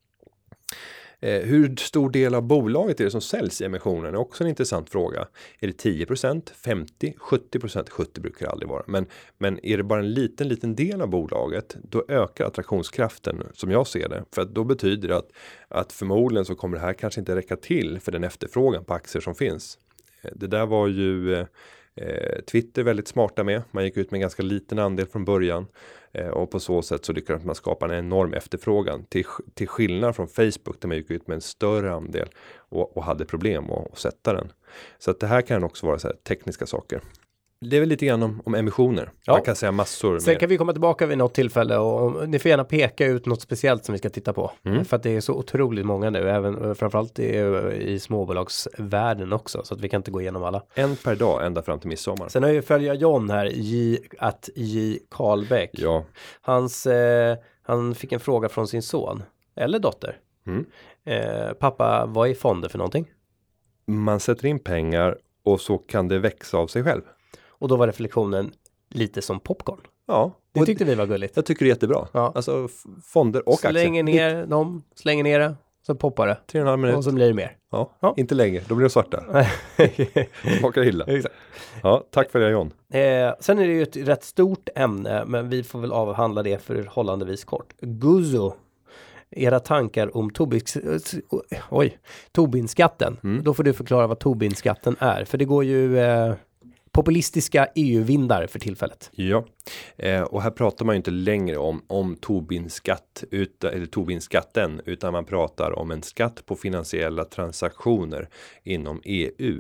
S1: Eh, hur stor del av bolaget är det som säljs i emissionen är också en intressant fråga. Är det tio procent, femtio, sjuttio procent? sjuttio brukar det aldrig vara. Men, men är det bara en liten, liten del av bolaget, då ökar attraktionskraften som jag ser det. För att då betyder det att, att förmodligen så kommer det här kanske inte räcka till för den efterfrågan på aktier som finns. Eh, det där var ju... Eh, Eh, Twitter väldigt smarta med. Man gick ut med en ganska liten andel från början. Eh, och på så sätt så lyckades man skapa en enorm efterfrågan. Till, till skillnad från Facebook där man gick ut med en större andel. Och, och hade problem att, att sätta den. Så att det här kan också vara så här tekniska saker. Det är väl lite grann om, om emissioner. Ja. Man kan säga massor.
S2: Sen
S1: med.
S2: kan vi komma tillbaka vid något tillfälle och ni får gärna peka ut något speciellt som vi ska titta på. Mm. För att det är så otroligt många nu, även framförallt i, i småbolagsvärlden också. Så att vi kan inte gå igenom alla.
S1: En per dag ända fram till midsommar.
S2: Sen har jag följa John här, J, att J. Karlbäck.
S1: Ja.
S2: Hans, eh, han fick en fråga från sin son, eller dotter.
S1: Mm.
S2: Eh, pappa, vad är fonder för någonting?
S1: Man sätter in pengar och så kan det växa av sig själv.
S2: Och då var reflektionen lite som popcorn.
S1: Ja.
S2: Det tyckte vi var gulligt.
S1: Jag tycker det är jättebra. Ja. Alltså f- fonder och aktier.
S2: Slänger ner dem, slänger ner det, så poppar det.
S1: Tre och en halv minut.
S2: Och så blir det mer.
S1: Ja, ja. Inte länge. Då blir de svarta. Smakar illa.
S2: Exakt.
S1: Ja, tack för det John.
S2: Eh, sen är det ju ett rätt stort ämne, men vi får väl avhandla det förhållandevis kort. Guzo. Era tankar om Tobins, oj, Tobinskatten. Mm. Då får du förklara vad Tobinskatten är. För det går ju eh, populistiska E U-vindar för tillfället.
S1: Ja, eh, och här pratar man ju inte längre om, om Tobinskatt utan, eller Tobinskatten, utan man pratar om en skatt på finansiella transaktioner inom E U.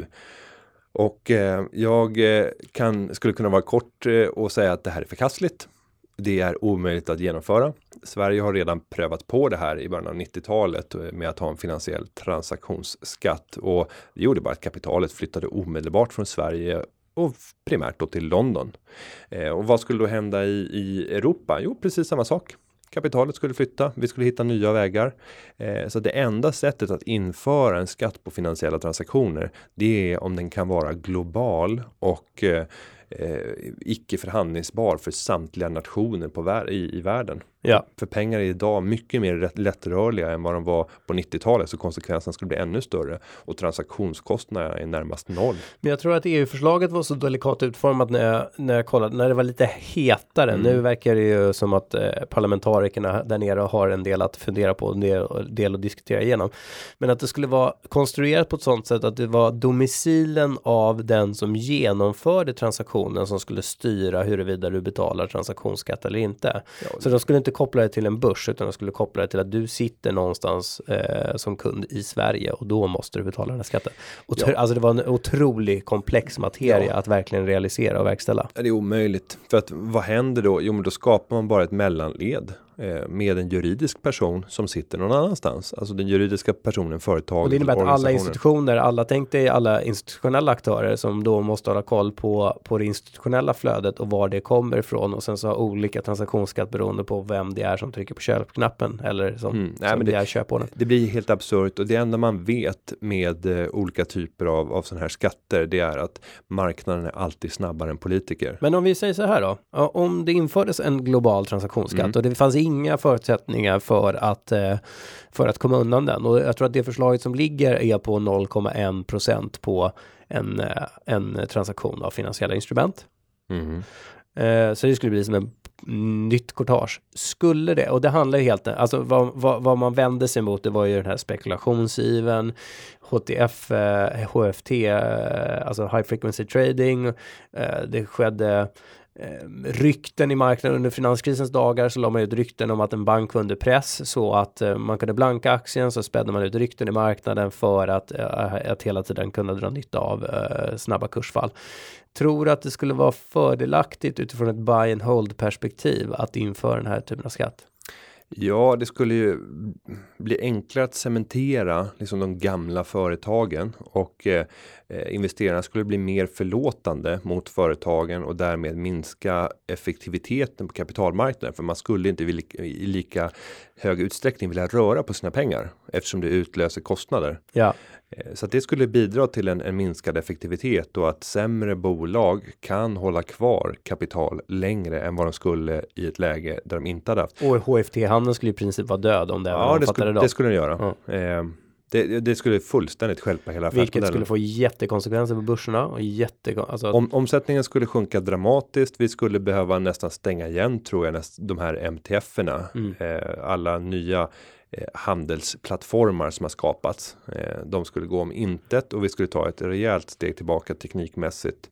S1: Och eh, jag kan, skulle kunna vara kort eh, och säga att det här är förkastligt. Det är omöjligt att genomföra. Sverige har redan prövat på det här i början av nittiotalet med att ha en finansiell transaktionsskatt. Och det gjorde bara att kapitalet flyttade omedelbart från Sverige och primärt då till London. Eh, och vad skulle då hända i, i Europa? Jo, precis samma sak. Kapitalet skulle flytta, vi skulle hitta nya vägar. Eh, så det enda sättet att införa en skatt på finansiella transaktioner, det är om den kan vara global och eh, eh, icke förhandlingsbar för samtliga nationer på vär- i, i världen.
S2: Ja.
S1: För pengar är idag mycket mer rätt, lättrörliga än vad de var på nittiotalet, så konsekvenserna skulle bli ännu större och transaktionskostnaderna är närmast noll.
S2: Men jag tror att E U-förslaget var så delikat utformat när jag, när jag kollade, när det var lite hetare. Mm. Nu verkar det ju som att eh, parlamentarikerna där nere har en del att fundera på, en del, del att diskutera igenom. Men att det skulle vara konstruerat på ett sånt sätt att det var domicilen av den som genomförde transaktionen som skulle styra huruvida du betalar transaktionsskatt eller inte. Ja, så de skulle inte koppla det till en börs, utan de skulle koppla det till att du sitter någonstans eh, som kund i Sverige och då måste du betala den här skatten. Och ja. Alltså det var en otroligt komplex materia ja. Att verkligen realisera och verkställa.
S1: Det är omöjligt. För att vad händer då? Jo, men då skapar man bara ett mellanled eh, med en juridisk person som sitter någon annanstans. Alltså den juridiska personen, företaget,
S2: och det innebär att alla institutioner, alla tänk dig alla institutionella aktörer som då måste hålla koll på, på det institutionella flödet och var det kommer ifrån, och sen så har olika transaktionsskatt beroende på vem det är som trycker på köpknappen eller som, mm. Nej, som men det, det är köpordnet.
S1: Det blir helt absurt, och det enda man vet med eh, olika typer av, av sådana här skatter, det är att marknaden är alltid snabbare än politiker.
S2: Men om vi säger så här då, om det infördes en global transaktionsskatt mm. och det fanns inga förutsättningar för att, eh, för att komma undan den, och jag tror att det förslaget som ligger är på noll komma en procent på en, en transaktion av finansiella instrument.
S1: Mm.
S2: Eh, så det skulle bli som en nytt courtage. Skulle det, och det handlar ju helt, alltså vad, vad, vad man vände sig mot, det var ju den här spekulationsiven, H T F, eh, H F T, eh, alltså high frequency trading, eh, det skedde eh, rykten i marknaden under finanskrisens dagar, så la man ut rykten om att en bank var under press så att eh, man kunde blanka aktien, så spädde man ut rykten i marknaden för att, eh, att hela tiden kunna dra nytta av eh, snabba kursfall. Tror att det skulle vara fördelaktigt utifrån ett buy and hold perspektiv att införa den här typen av skatt?
S1: Ja, det skulle ju bli enklare att cementera liksom de gamla företagen och eh, investerarna skulle bli mer förlåtande mot företagen och därmed minska effektiviteten på kapitalmarknaden, för man skulle inte vilja, i lika hög utsträckning vilja röra på sina pengar eftersom det utlöser kostnader.
S2: Ja.
S1: Så att det skulle bidra till en, en minskad effektivitet och att sämre bolag kan hålla kvar kapital längre än vad de skulle i ett läge där de inte hade haft.
S2: Och H F T-handeln skulle i princip vara död om det
S1: ja, det skulle, det skulle den göra.
S2: Mm.
S1: Eh, det, det skulle fullständigt stjälpa hela affärsmodellen.
S2: Vilket skulle få jättekonsekvenser på börserna. Och jätte, alltså...
S1: Om, omsättningen skulle sjunka dramatiskt. Vi skulle behöva nästan stänga igen, tror jag, näst, de här M T F-erna. Mm. Eh, alla nya eh, handelsplattformar som har skapats. Eh, de skulle gå om intet och vi skulle ta ett rejält steg tillbaka teknikmässigt.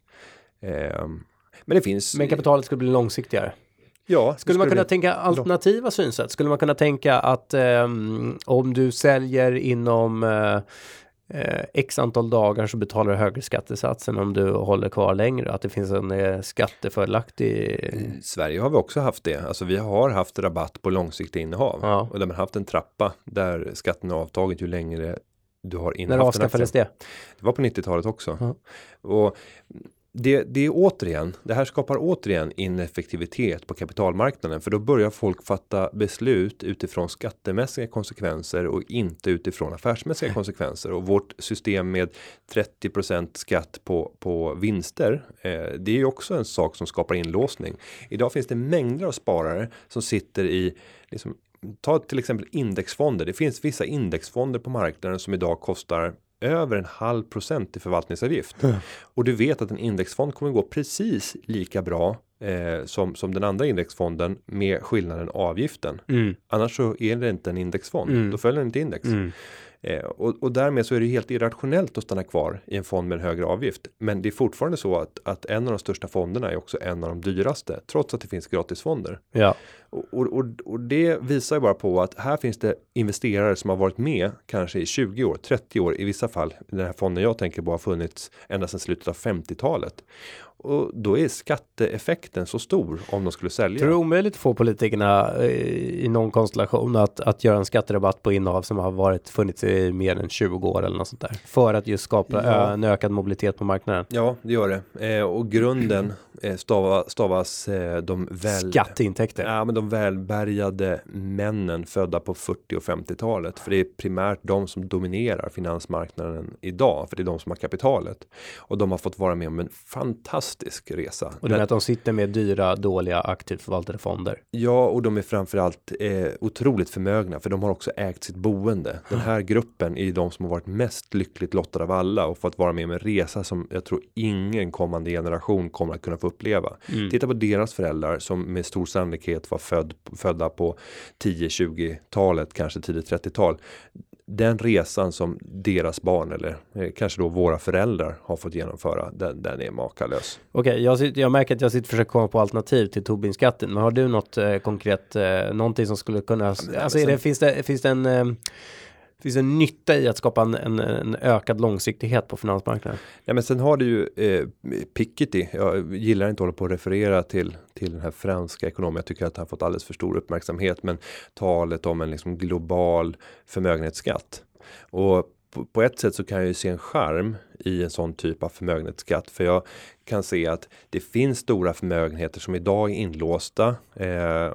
S1: Eh, men det finns...
S2: Men kapitalet skulle bli långsiktigare.
S1: Ja,
S2: skulle man
S1: skulle
S2: kunna
S1: bli...
S2: tänka alternativa synsätt? Skulle man kunna tänka att um, om du säljer inom uh, uh, x antal dagar så betalar du högre skattesatsen om du håller kvar längre? Att det finns en uh, skattefördelaktig...
S1: I Sverige har vi också haft det. Alltså vi har haft rabatt på långsiktiga innehav. Ja. Och där man haft en trappa där skatten har avtagit ju längre du har innehaft.
S2: När avskaffades det?
S1: Det var på nittiotalet också.
S2: Ja.
S1: Och... Det, det är återigen, det här skapar återigen ineffektivitet på kapitalmarknaden, för då börjar folk fatta beslut utifrån skattemässiga konsekvenser och inte utifrån affärsmässiga konsekvenser. Och vårt system med trettio procent skatt på, på vinster, eh, det är ju också en sak som skapar inlåsning. Idag finns det mängder av sparare som sitter i liksom, ta till exempel indexfonder. Det finns vissa indexfonder på marknaden som idag kostar över en halv procent i förvaltningsavgift. Mm. Och du vet att en indexfond kommer gå precis lika bra eh, som, som den andra indexfonden med skillnaden avgiften. Mm. Annars så är det inte en indexfond. Mm. Då följer den inte index. Mm. Eh, och, och därmed så är det helt irrationellt att stanna kvar i en fond med en högre avgift. Men det är fortfarande så att, att en av de största fonderna är också en av de dyraste. Trots att det finns gratisfonder.
S2: Ja.
S1: Och, och, och, och det visar ju bara på att här finns det investerare som har varit med kanske i tjugo år, trettio år. I vissa fall, den här fonden jag tänker på har funnits ända sedan slutet av femtiotalet. Och då är skatteeffekten så stor om de skulle sälja.
S2: Tror du det är omöjligt att få politikerna i någon konstellation att, att göra en skatterabatt på innehav som har varit funnits i mer än tjugo år eller något sånt där? För att just skapa ja. en ökad mobilitet på marknaden.
S1: Ja, det gör det. Eh, och grunden eh, stava, stavas eh, de väl...
S2: Skatteintäkter.
S1: Ja, men de välbärgade männen födda på fyrtio- och femtiotalet. För det är primärt de som dominerar finansmarknaden idag. För det är de som har kapitalet. Och de har fått vara med om en fantastisk resa.
S2: Och det är att de sitter med dyra, dåliga, aktivt förvaltade fonder.
S1: Ja, och de är framförallt eh, otroligt förmögna, för de har också ägt sitt boende. Den här gruppen är de som har varit mest lyckligt lottade av alla och fått vara med om en resa som jag tror ingen kommande generation kommer att kunna få uppleva. Mm. Titta på deras föräldrar som med stor sannolikhet var född, födda på tio-tjugo-talet, kanske tidigt trettiotal. Den resan som deras barn eller eh, kanske då våra föräldrar har fått genomföra, den, den är makalös.
S2: Okej, okay, jag, jag märker att jag sitter och försöker komma på alternativ till Tobin-skatten. Men har du något eh, konkret, eh, någonting som skulle kunna... Ja, alltså är det, finns, det, finns det en... Eh, Finns det en nytta i att skapa en, en, en ökad långsiktighet på finansmarknaden?
S1: Ja, men sen har du ju eh, Piketty. Jag gillar inte att hålla på att referera till, till den här franska ekonomen. Jag tycker att han har fått alldeles för stor uppmärksamhet. Men talet om en liksom global förmögenhetsskatt. Och på, på ett sätt så kan jag ju se en charm i en sån typ av förmögenhetsskatt. För jag kan se att det finns stora förmögenheter som idag är inlåsta eh,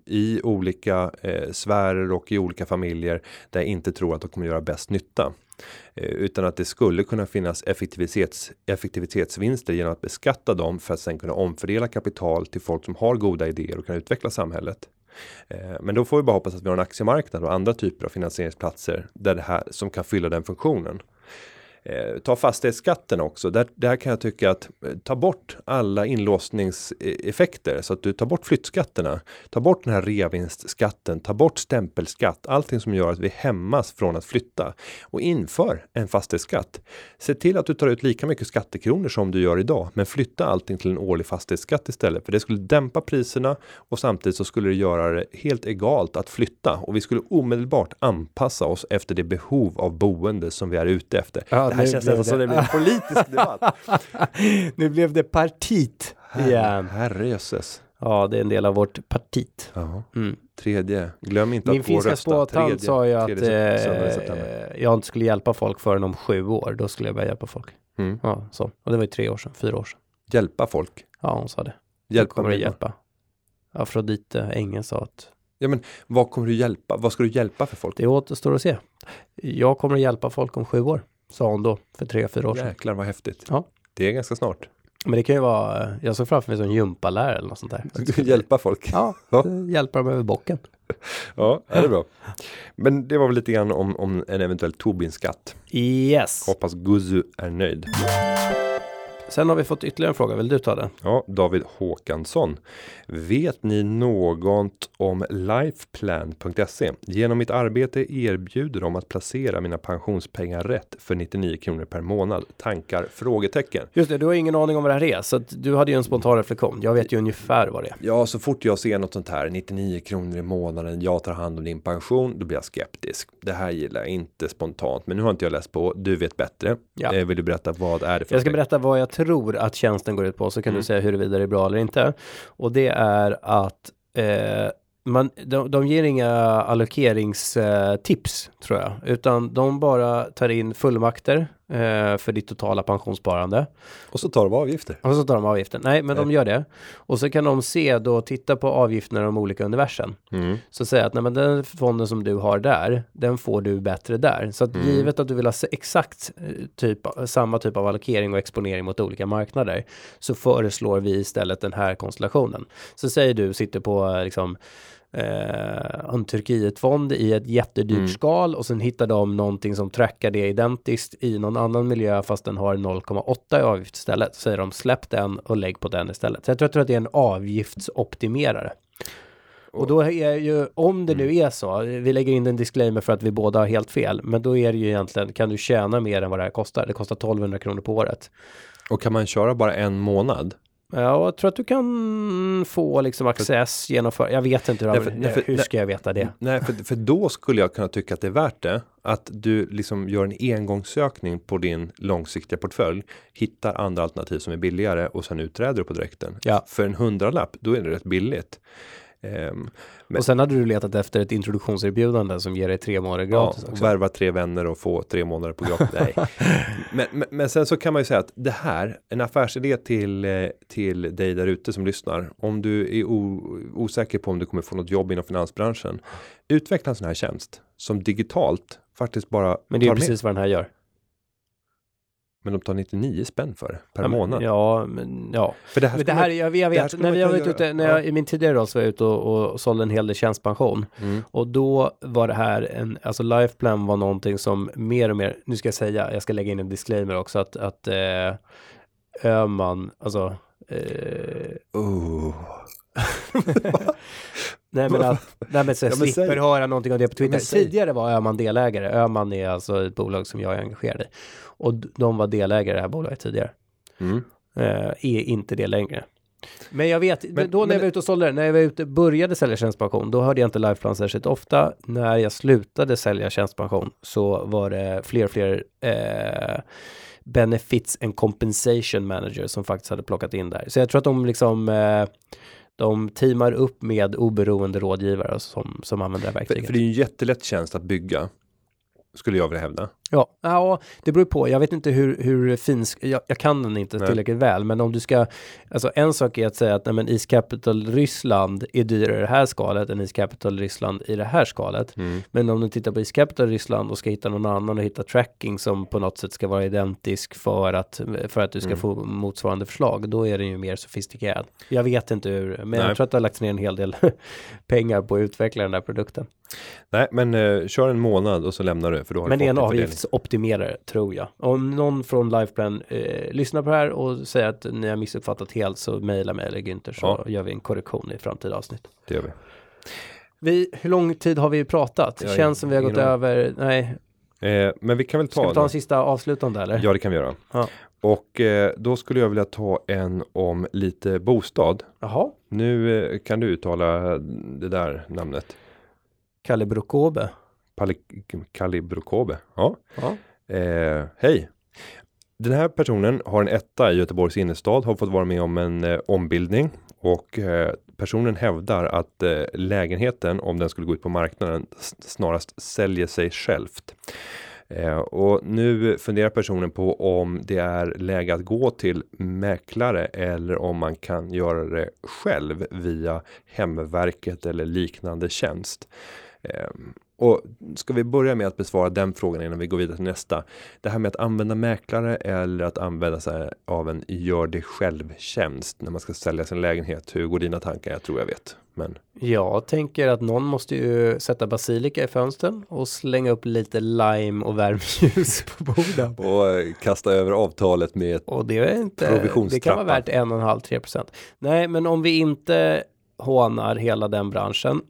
S1: i olika eh, sfärer och i olika familjer där jag inte tror att de kommer göra bäst nytta. Eh, utan att det skulle kunna finnas effektivitets, effektivitetsvinster genom att beskatta dem för att sen kunna omfördela kapital till folk som har goda idéer och kan utveckla samhället. Eh, men då får vi bara hoppas att vi har en aktiemarknad och andra typer av finansieringsplatser där det här, som kan fylla den funktionen. Eh, ta fastighetsskatten också. Där, där kan jag tycka att eh, ta bort alla inlåsningseffekter så att du tar bort flyttskatterna. Ta bort den här reavinstskatten. Ta bort stämpelskatt. Allting som gör att vi hämmas från att flytta. Och inför en fastighetsskatt. Se till att du tar ut lika mycket skattekronor som du gör idag. Men flytta allting till en årlig fastighetsskatt istället. För det skulle dämpa priserna och samtidigt så skulle det göra det helt egalt att flytta. Och vi skulle omedelbart anpassa oss efter det behov av boende som vi är ute efter.
S2: Ja,
S1: det här känns nästan som det blir en politisk debatt.
S2: Nu blev det partit igen.
S1: Herre jösses.
S2: Ja, det är en del av vårt partit.
S1: Ja.
S2: Mm.
S1: Tredje. Glöm inte
S2: Min
S1: att gå och
S2: finska
S1: rösta.
S2: spåtant sa ju att
S1: eh,
S2: jag inte skulle hjälpa folk förrän om sju år. Då skulle jag börja hjälpa folk.
S1: Mm.
S2: Ja, så. Och det var ju tre år sedan, fyra år sedan.
S1: Hjälpa folk?
S2: Ja, hon sa det.
S1: Hjälpa
S2: kommer du hjälpa. Afrodite Engen sa att...
S1: Ja, men vad kommer du hjälpa? Vad ska du hjälpa för folk?
S2: Det återstår att se. Jag kommer att hjälpa folk om sju år, sa hon då, för tre, fyra år sedan.
S1: Jäklar, vad häftigt.
S2: Ja.
S1: Det är ganska snart.
S2: Men det kan ju vara, jag såg framför mig som gympalärare eller något sånt där.
S1: Du ska hjälpa folk.
S2: Ja,
S1: ja.
S2: Hjälpa dem över bocken.
S1: Ja, det är bra. Men det var väl lite grann om, om en eventuell Tobin-skatt.
S2: Yes.
S1: Hoppas Guzu är nöjd.
S2: Sen har vi fått ytterligare en fråga. Vill du ta den?
S1: Ja, David Håkansson. Vet ni något om lifeplan punkt se? Genom mitt arbete erbjuder de att placera mina pensionspengar rätt för nittionio kronor per månad. Tankar? Frågetecken.
S2: Just det, du har ingen aning om vad det här är. Så att du hade ju en spontan reflektion. Jag vet ju ungefär vad det är.
S1: Ja, så fort jag ser något sånt här, nittionio kronor i månaden, jag tar hand om din pension, då blir jag skeptisk. Det här gillar jag inte spontant. Men nu har inte jag läst på. Du vet bättre.
S2: Ja.
S1: Eh, vill du berätta vad är det för
S2: Jag ska
S1: pengar?
S2: berätta vad jag tror att tjänsten går ut på, så kan mm. du säga huruvida det är bra eller inte. Och det är att eh, man, de, de ger inga allokeringstips, tror jag, utan de bara tar in fullmakter eh, för ditt totala pensionssparande.
S1: Och så tar de avgifter.
S2: Och så tar de avgiften. Nej, men nej. De gör det. Och så kan de se då, titta på avgifterna i de olika universen. Mm. Så säga att nej, men den fonden som du har där, den får du bättre där. Så att mm. givet att du vill ha exakt typ, samma typ av allokering och exponering mot olika marknader, så föreslår vi istället den här konstellationen. Så säger du, sitter på liksom Eh, en Turkietfond i ett jättedyrt mm. skal, och sen hittar de någonting som trackar det identiskt i någon annan miljö fast den har noll komma åtta i avgift istället. Så säger de, släpp den och lägg på den istället. Så jag tror, jag tror att det är en avgiftsoptimerare. Och då är ju, om det nu är så, vi lägger in en disclaimer för att vi båda har helt fel, men då är det ju egentligen, kan du tjäna mer än vad det här kostar? Det kostar tolvhundra kronor på året.
S1: Och kan man köra bara en månad?
S2: Ja, jag tror att du kan få liksom access genomför. Jag vet inte hur, nej, för, nej, för, hur ska jag veta det?
S1: Nej, för, för då skulle jag kunna tycka att det är värt det. Att du liksom gör en engångssökning på din långsiktiga portfölj. Hittar andra alternativ som är billigare och sen utträder du på direkten. Ja. För en hundralapp, då är det rätt billigt. Um, men,
S2: och sen hade du letat efter ett introduktionserbjudande som ger dig tre månader gratis.
S1: Ja, och värva tre vänner och få tre månader på gratis. Nej. men, men, men sen så kan man ju säga att det här, en affärsidé till, till dig där ute som lyssnar. Om du är o, osäker på om du kommer få något jobb inom finansbranschen. Utveckla en sån här tjänst som digitalt faktiskt bara.
S2: Men det är precis vad den här gör.
S1: Men de tar nittionio spänn för per
S2: ja, men,
S1: månad.
S2: Ja, men ja.
S1: För det här,
S2: men det här
S1: man,
S2: jag, jag vet, när vi har varit ute, när jag ja. i min tidigare roll så var jag ute och, och sålde en hel del tjänstpension. Mm. Och då var det här en, alltså Lifeplan var någonting som mer och mer, nu ska jag säga, jag ska lägga in en disclaimer också, att, att eh, Öhman, alltså eh,
S1: oh.
S2: Nej men att nej, men så jag ja, men slipper säg. höra någonting om det på Twitter.
S1: Ja,
S2: tidigare var Öhman delägare. Öhman är alltså ett bolag som jag är engagerad i. Och de var delägare i det här bolaget tidigare. Mm. Uh, är inte det längre. Men jag vet, men, då när men, jag var ute och sålde, när jag var ute började sälja tjänstpension, då hörde jag inte Lifeplan särskilt ofta. När jag slutade sälja tjänstpension så var det fler och fler eh, benefits and compensation manager som faktiskt hade plockat in där. Så jag tror att de liksom eh, de teamar upp med oberoende rådgivare som, som använder det verktyget.
S1: För, för det är ju en jättelätt tjänst att bygga, skulle jag vilja hävda.
S2: Ja, ja, det beror på. Jag vet inte hur, hur finsk, jag, jag kan den inte nej. tillräckligt väl, men om du ska, alltså en sak är att säga att nej, men East Capital Ryssland är dyrare i det här skalet än East Capital Ryssland i det här skalet. Mm. Men om du tittar på East Capital Ryssland och ska hitta någon annan och hitta tracking som på något sätt ska vara identisk för att, för att du ska mm. få motsvarande förslag, då är den ju mer sofistikerad. Jag vet inte hur, men nej. jag tror att det har lagts ner en hel del pengar på att utveckla den här produkten.
S1: Nej, men uh, kör en månad och så lämnar du. För då har
S2: men det är en avgiftsoptimerare, tror jag. Om någon från Lifeplan eh, lyssnar på det här och säger att ni har missuppfattat helt, så mejla mig eller Günther, så ja. gör vi en korrektion i framtida avsnitt.
S1: Det gör vi.
S2: vi hur lång tid har vi pratat? Det känns som vi har gått någon... över... Nej.
S1: Eh, men vi kan väl ta...
S2: Ska vi ta en sista avslutande, eller?
S1: Ja, det kan vi göra. Ja. Och eh, då skulle jag vilja ta en om lite bostad.
S2: Jaha.
S1: Nu eh, kan du uttala det där namnet.
S2: Kalibrokobe.
S1: Kalibrokobe. Ja.
S2: Ja.
S1: Eh, hej. Den här personen har en etta i Göteborgs innerstad, har fått vara med om en eh, ombildning Och eh, personen hävdar att eh, lägenheten, om den skulle gå ut på marknaden, snarast säljer sig självt. Eh, och nu funderar personen på om det är läge att gå till mäklare eller om man kan göra det själv via Hemverket eller liknande tjänst. Eh, och ska vi börja med att besvara den frågan innan vi går vidare till nästa. Det här med att använda mäklare eller att använda sig av en gör det själv-tjänst när man ska sälja sin lägenhet. Hur går dina tankar? Jag tror jag vet. Men...
S2: Jag tänker att någon måste ju sätta basilika i fönstren och slänga upp lite lime och värmeljus på borden.
S1: Och kasta över avtalet med ett
S2: och det är inte, det kan vara värt en komma fem till tre procent. Nej, men om vi inte hånar hela den branschen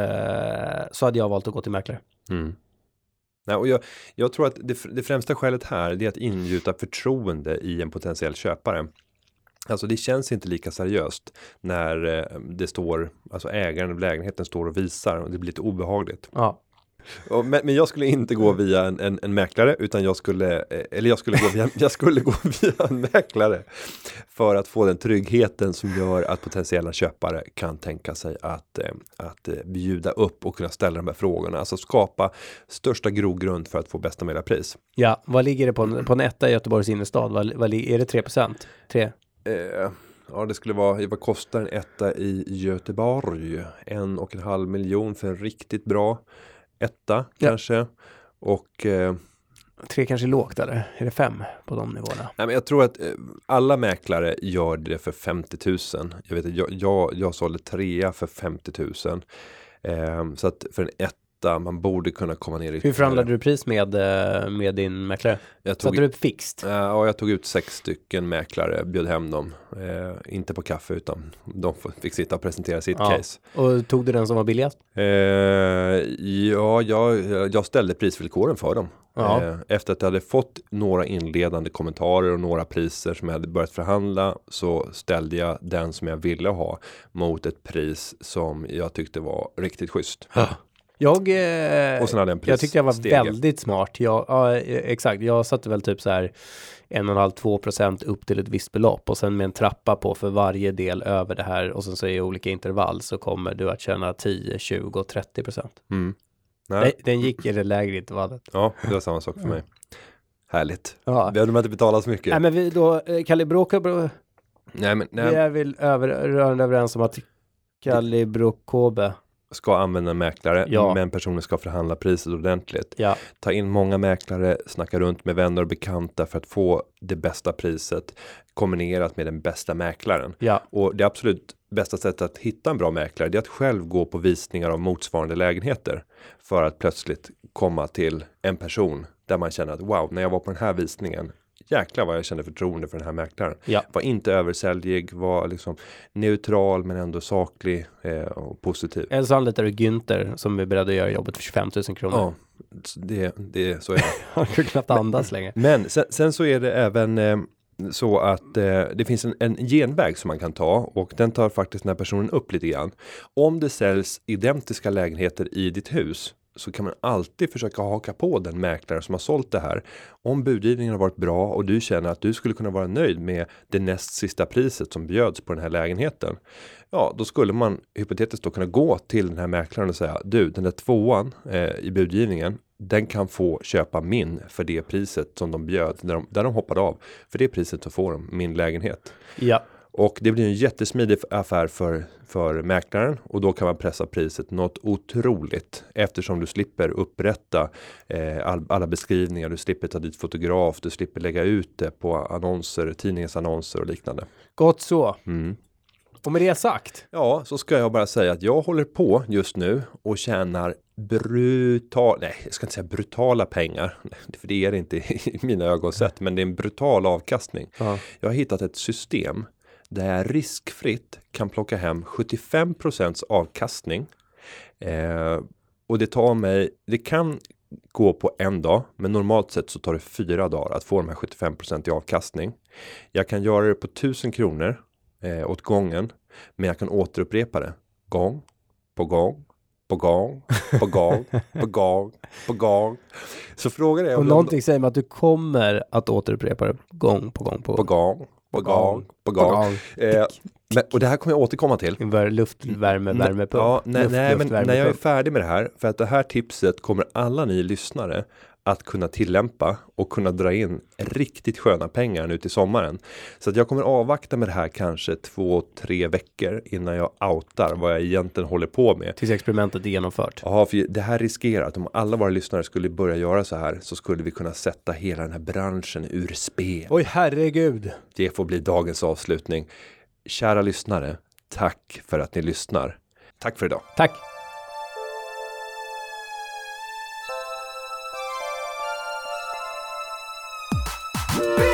S2: eh, så hade jag valt att gå till mäklare.
S1: Mm. Nej, och jag, jag tror att det, det främsta skälet här är att ingjuta förtroende i en potentiell köpare. Alltså det känns inte lika seriöst när eh, det står, alltså ägaren av lägenheten står och visar och det blir lite obehagligt.
S2: Ja.
S1: Och, men, men jag skulle inte gå via en, en, en mäklare utan jag skulle, eh, eller jag skulle gå via, jag skulle gå via en mäklare för att få den tryggheten som gör att potentiella köpare kan tänka sig att, eh, att eh, bjuda upp och kunna ställa de här frågorna. Alltså skapa största grogrund för att få bästa möjliga pris.
S2: Ja, vad ligger det på en, på en etta i Göteborgs innerstad? Vad, vad, är det tre procent? tre?
S1: Eh, ja, det skulle vara, vad kostar en etta i Göteborg? En och en halv miljon för en riktigt bra etta
S2: ja.
S1: kanske. Och eh,
S2: tre kanske lågt eller? Är det fem på de nivåerna?
S1: Nej, men jag tror att eh, alla mäklare gör det för femtio tusen. Jag vet att jag, jag, jag sålde trea för femtio tusen. Eh, så att för en etta man borde kunna komma ner i.
S2: Hur förhandlade du pris med, med din mäklare?
S1: Jag tog,
S2: satte du upp fixt?
S1: Uh, ja, jag tog ut sex stycken mäklare, bjöd hem dem. Uh, inte på kaffe utan de fick sitta och presentera sitt
S2: ja.
S1: case.
S2: Och tog du den som var billigast?
S1: Uh, ja, jag, jag ställde prisvillkoren för dem.
S2: Ja.
S1: Uh, efter att jag hade fått några inledande kommentarer och några priser som jag hade börjat förhandla så ställde jag den som jag ville ha mot ett pris som jag tyckte var riktigt schysst.
S2: Ja. Jag, eh,
S1: och sen hade en
S2: jag tyckte jag var
S1: stege.
S2: väldigt smart. Jag, ja, exakt. Jag satte väl typ så här en komma fem till två procent upp till ett visst belopp och sen med en trappa på för varje del över det här och sen så i olika intervall så kommer du att tjäna tio, tjugo, trettio procent.
S1: Mm.
S2: Nej. Den gick i det lägre intervallet.
S1: Ja, det var samma sak för mig. Härligt.
S2: Ja.
S1: Vi hade inte betalat så mycket.
S2: Nej, men vi då, Kalibroka,
S1: nej, men, nej.
S2: vi är väl över, rörande överens om att Kalibrokobe
S1: ska använda en mäklare,
S2: ja.
S1: men personen ska förhandla priset ordentligt.
S2: Ja.
S1: Ta in många mäklare, snacka runt med vänner och bekanta för att få det bästa priset kombinerat med den bästa mäklaren.
S2: Ja.
S1: Och det absolut bästa sättet att hitta en bra mäklare det är att själv gå på visningar av motsvarande lägenheter för att plötsligt komma till en person där man känner att wow, när jag var på den här visningen jäklar vad jag kände förtroende för den här mäklaren.
S2: Ja.
S1: Var inte översäljig, var liksom neutral men ändå saklig eh, och positiv.
S2: Eller så anlitar du Günther som är beredd att göra jobbet för tjugofem tusen kronor.
S1: Ja, det, det så är det.
S2: Han kan knappt andas längre.
S1: Men sen, sen så är det även eh, så att eh, det finns en, en genväg som man kan ta och den tar faktiskt den här personen upp lite grann. Om det säljs identiska lägenheter i ditt hus så kan man alltid försöka haka på den mäklare som har sålt det här. Om budgivningen har varit bra och du känner att du skulle kunna vara nöjd med det näst sista priset som bjöds på den här lägenheten. Ja, då skulle man hypotetiskt då kunna gå till den här mäklaren och säga du, den där tvåan eh, i budgivningen den kan få köpa min för det priset som de bjöd där de, där de hoppade av. För det priset så får de min lägenhet.
S2: Ja.
S1: Och det blir en jättesmidig affär för, för mäklaren och då kan man pressa priset något otroligt eftersom du slipper upprätta eh, all, alla beskrivningar, du slipper ta dit fotograf, du slipper lägga ut det på annonser, tidningens annonser och liknande.
S2: Gott så.
S1: Mm.
S2: Och med det sagt.
S1: Ja, så ska jag bara säga att jag håller på just nu och tjänar brutal, nej jag ska inte säga brutala pengar, för det är det inte i mina ögon sett, men det är en brutal avkastning.
S2: Ja.
S1: Jag har hittat ett system där jag riskfritt kan plocka hem sjuttiofem procent avkastning. Eh, och det tar mig, det kan gå på en dag, men normalt sett så tar det fyra dagar att få de här sjuttiofem procent i avkastning. Jag kan göra det på tusen kronor eh, åt gången, men jag kan återupprepa det gång på gång. På gång, på gång, på gång, på gång. Så frågan är om...
S2: Och någonting säger mig att du kommer att återupprepa det gång på gång på gång.
S1: På gång, på gång, på gång. På gång. Eh, men, och det här kommer jag återkomma till.
S2: Luftvärme, värmepump.
S1: Ja, nej,
S2: luft,
S1: nej
S2: luft,
S1: men när jag är färdig med det här, för att det här tipset kommer alla ni lyssnare att kunna tillämpa och kunna dra in riktigt sköna pengar nu till sommaren. Så att jag kommer avvakta med det här kanske två, tre veckor innan jag outar vad jag egentligen håller på med.
S2: Tills experimentet är genomfört.
S1: Ja, för det här riskerar att om alla våra lyssnare skulle börja göra så här så skulle vi kunna sätta hela den här branschen ur spel.
S2: Oj, herregud.
S1: Det får bli dagens avslutning. Kära lyssnare, tack för att ni lyssnar. Tack för idag.
S2: Tack.
S3: Be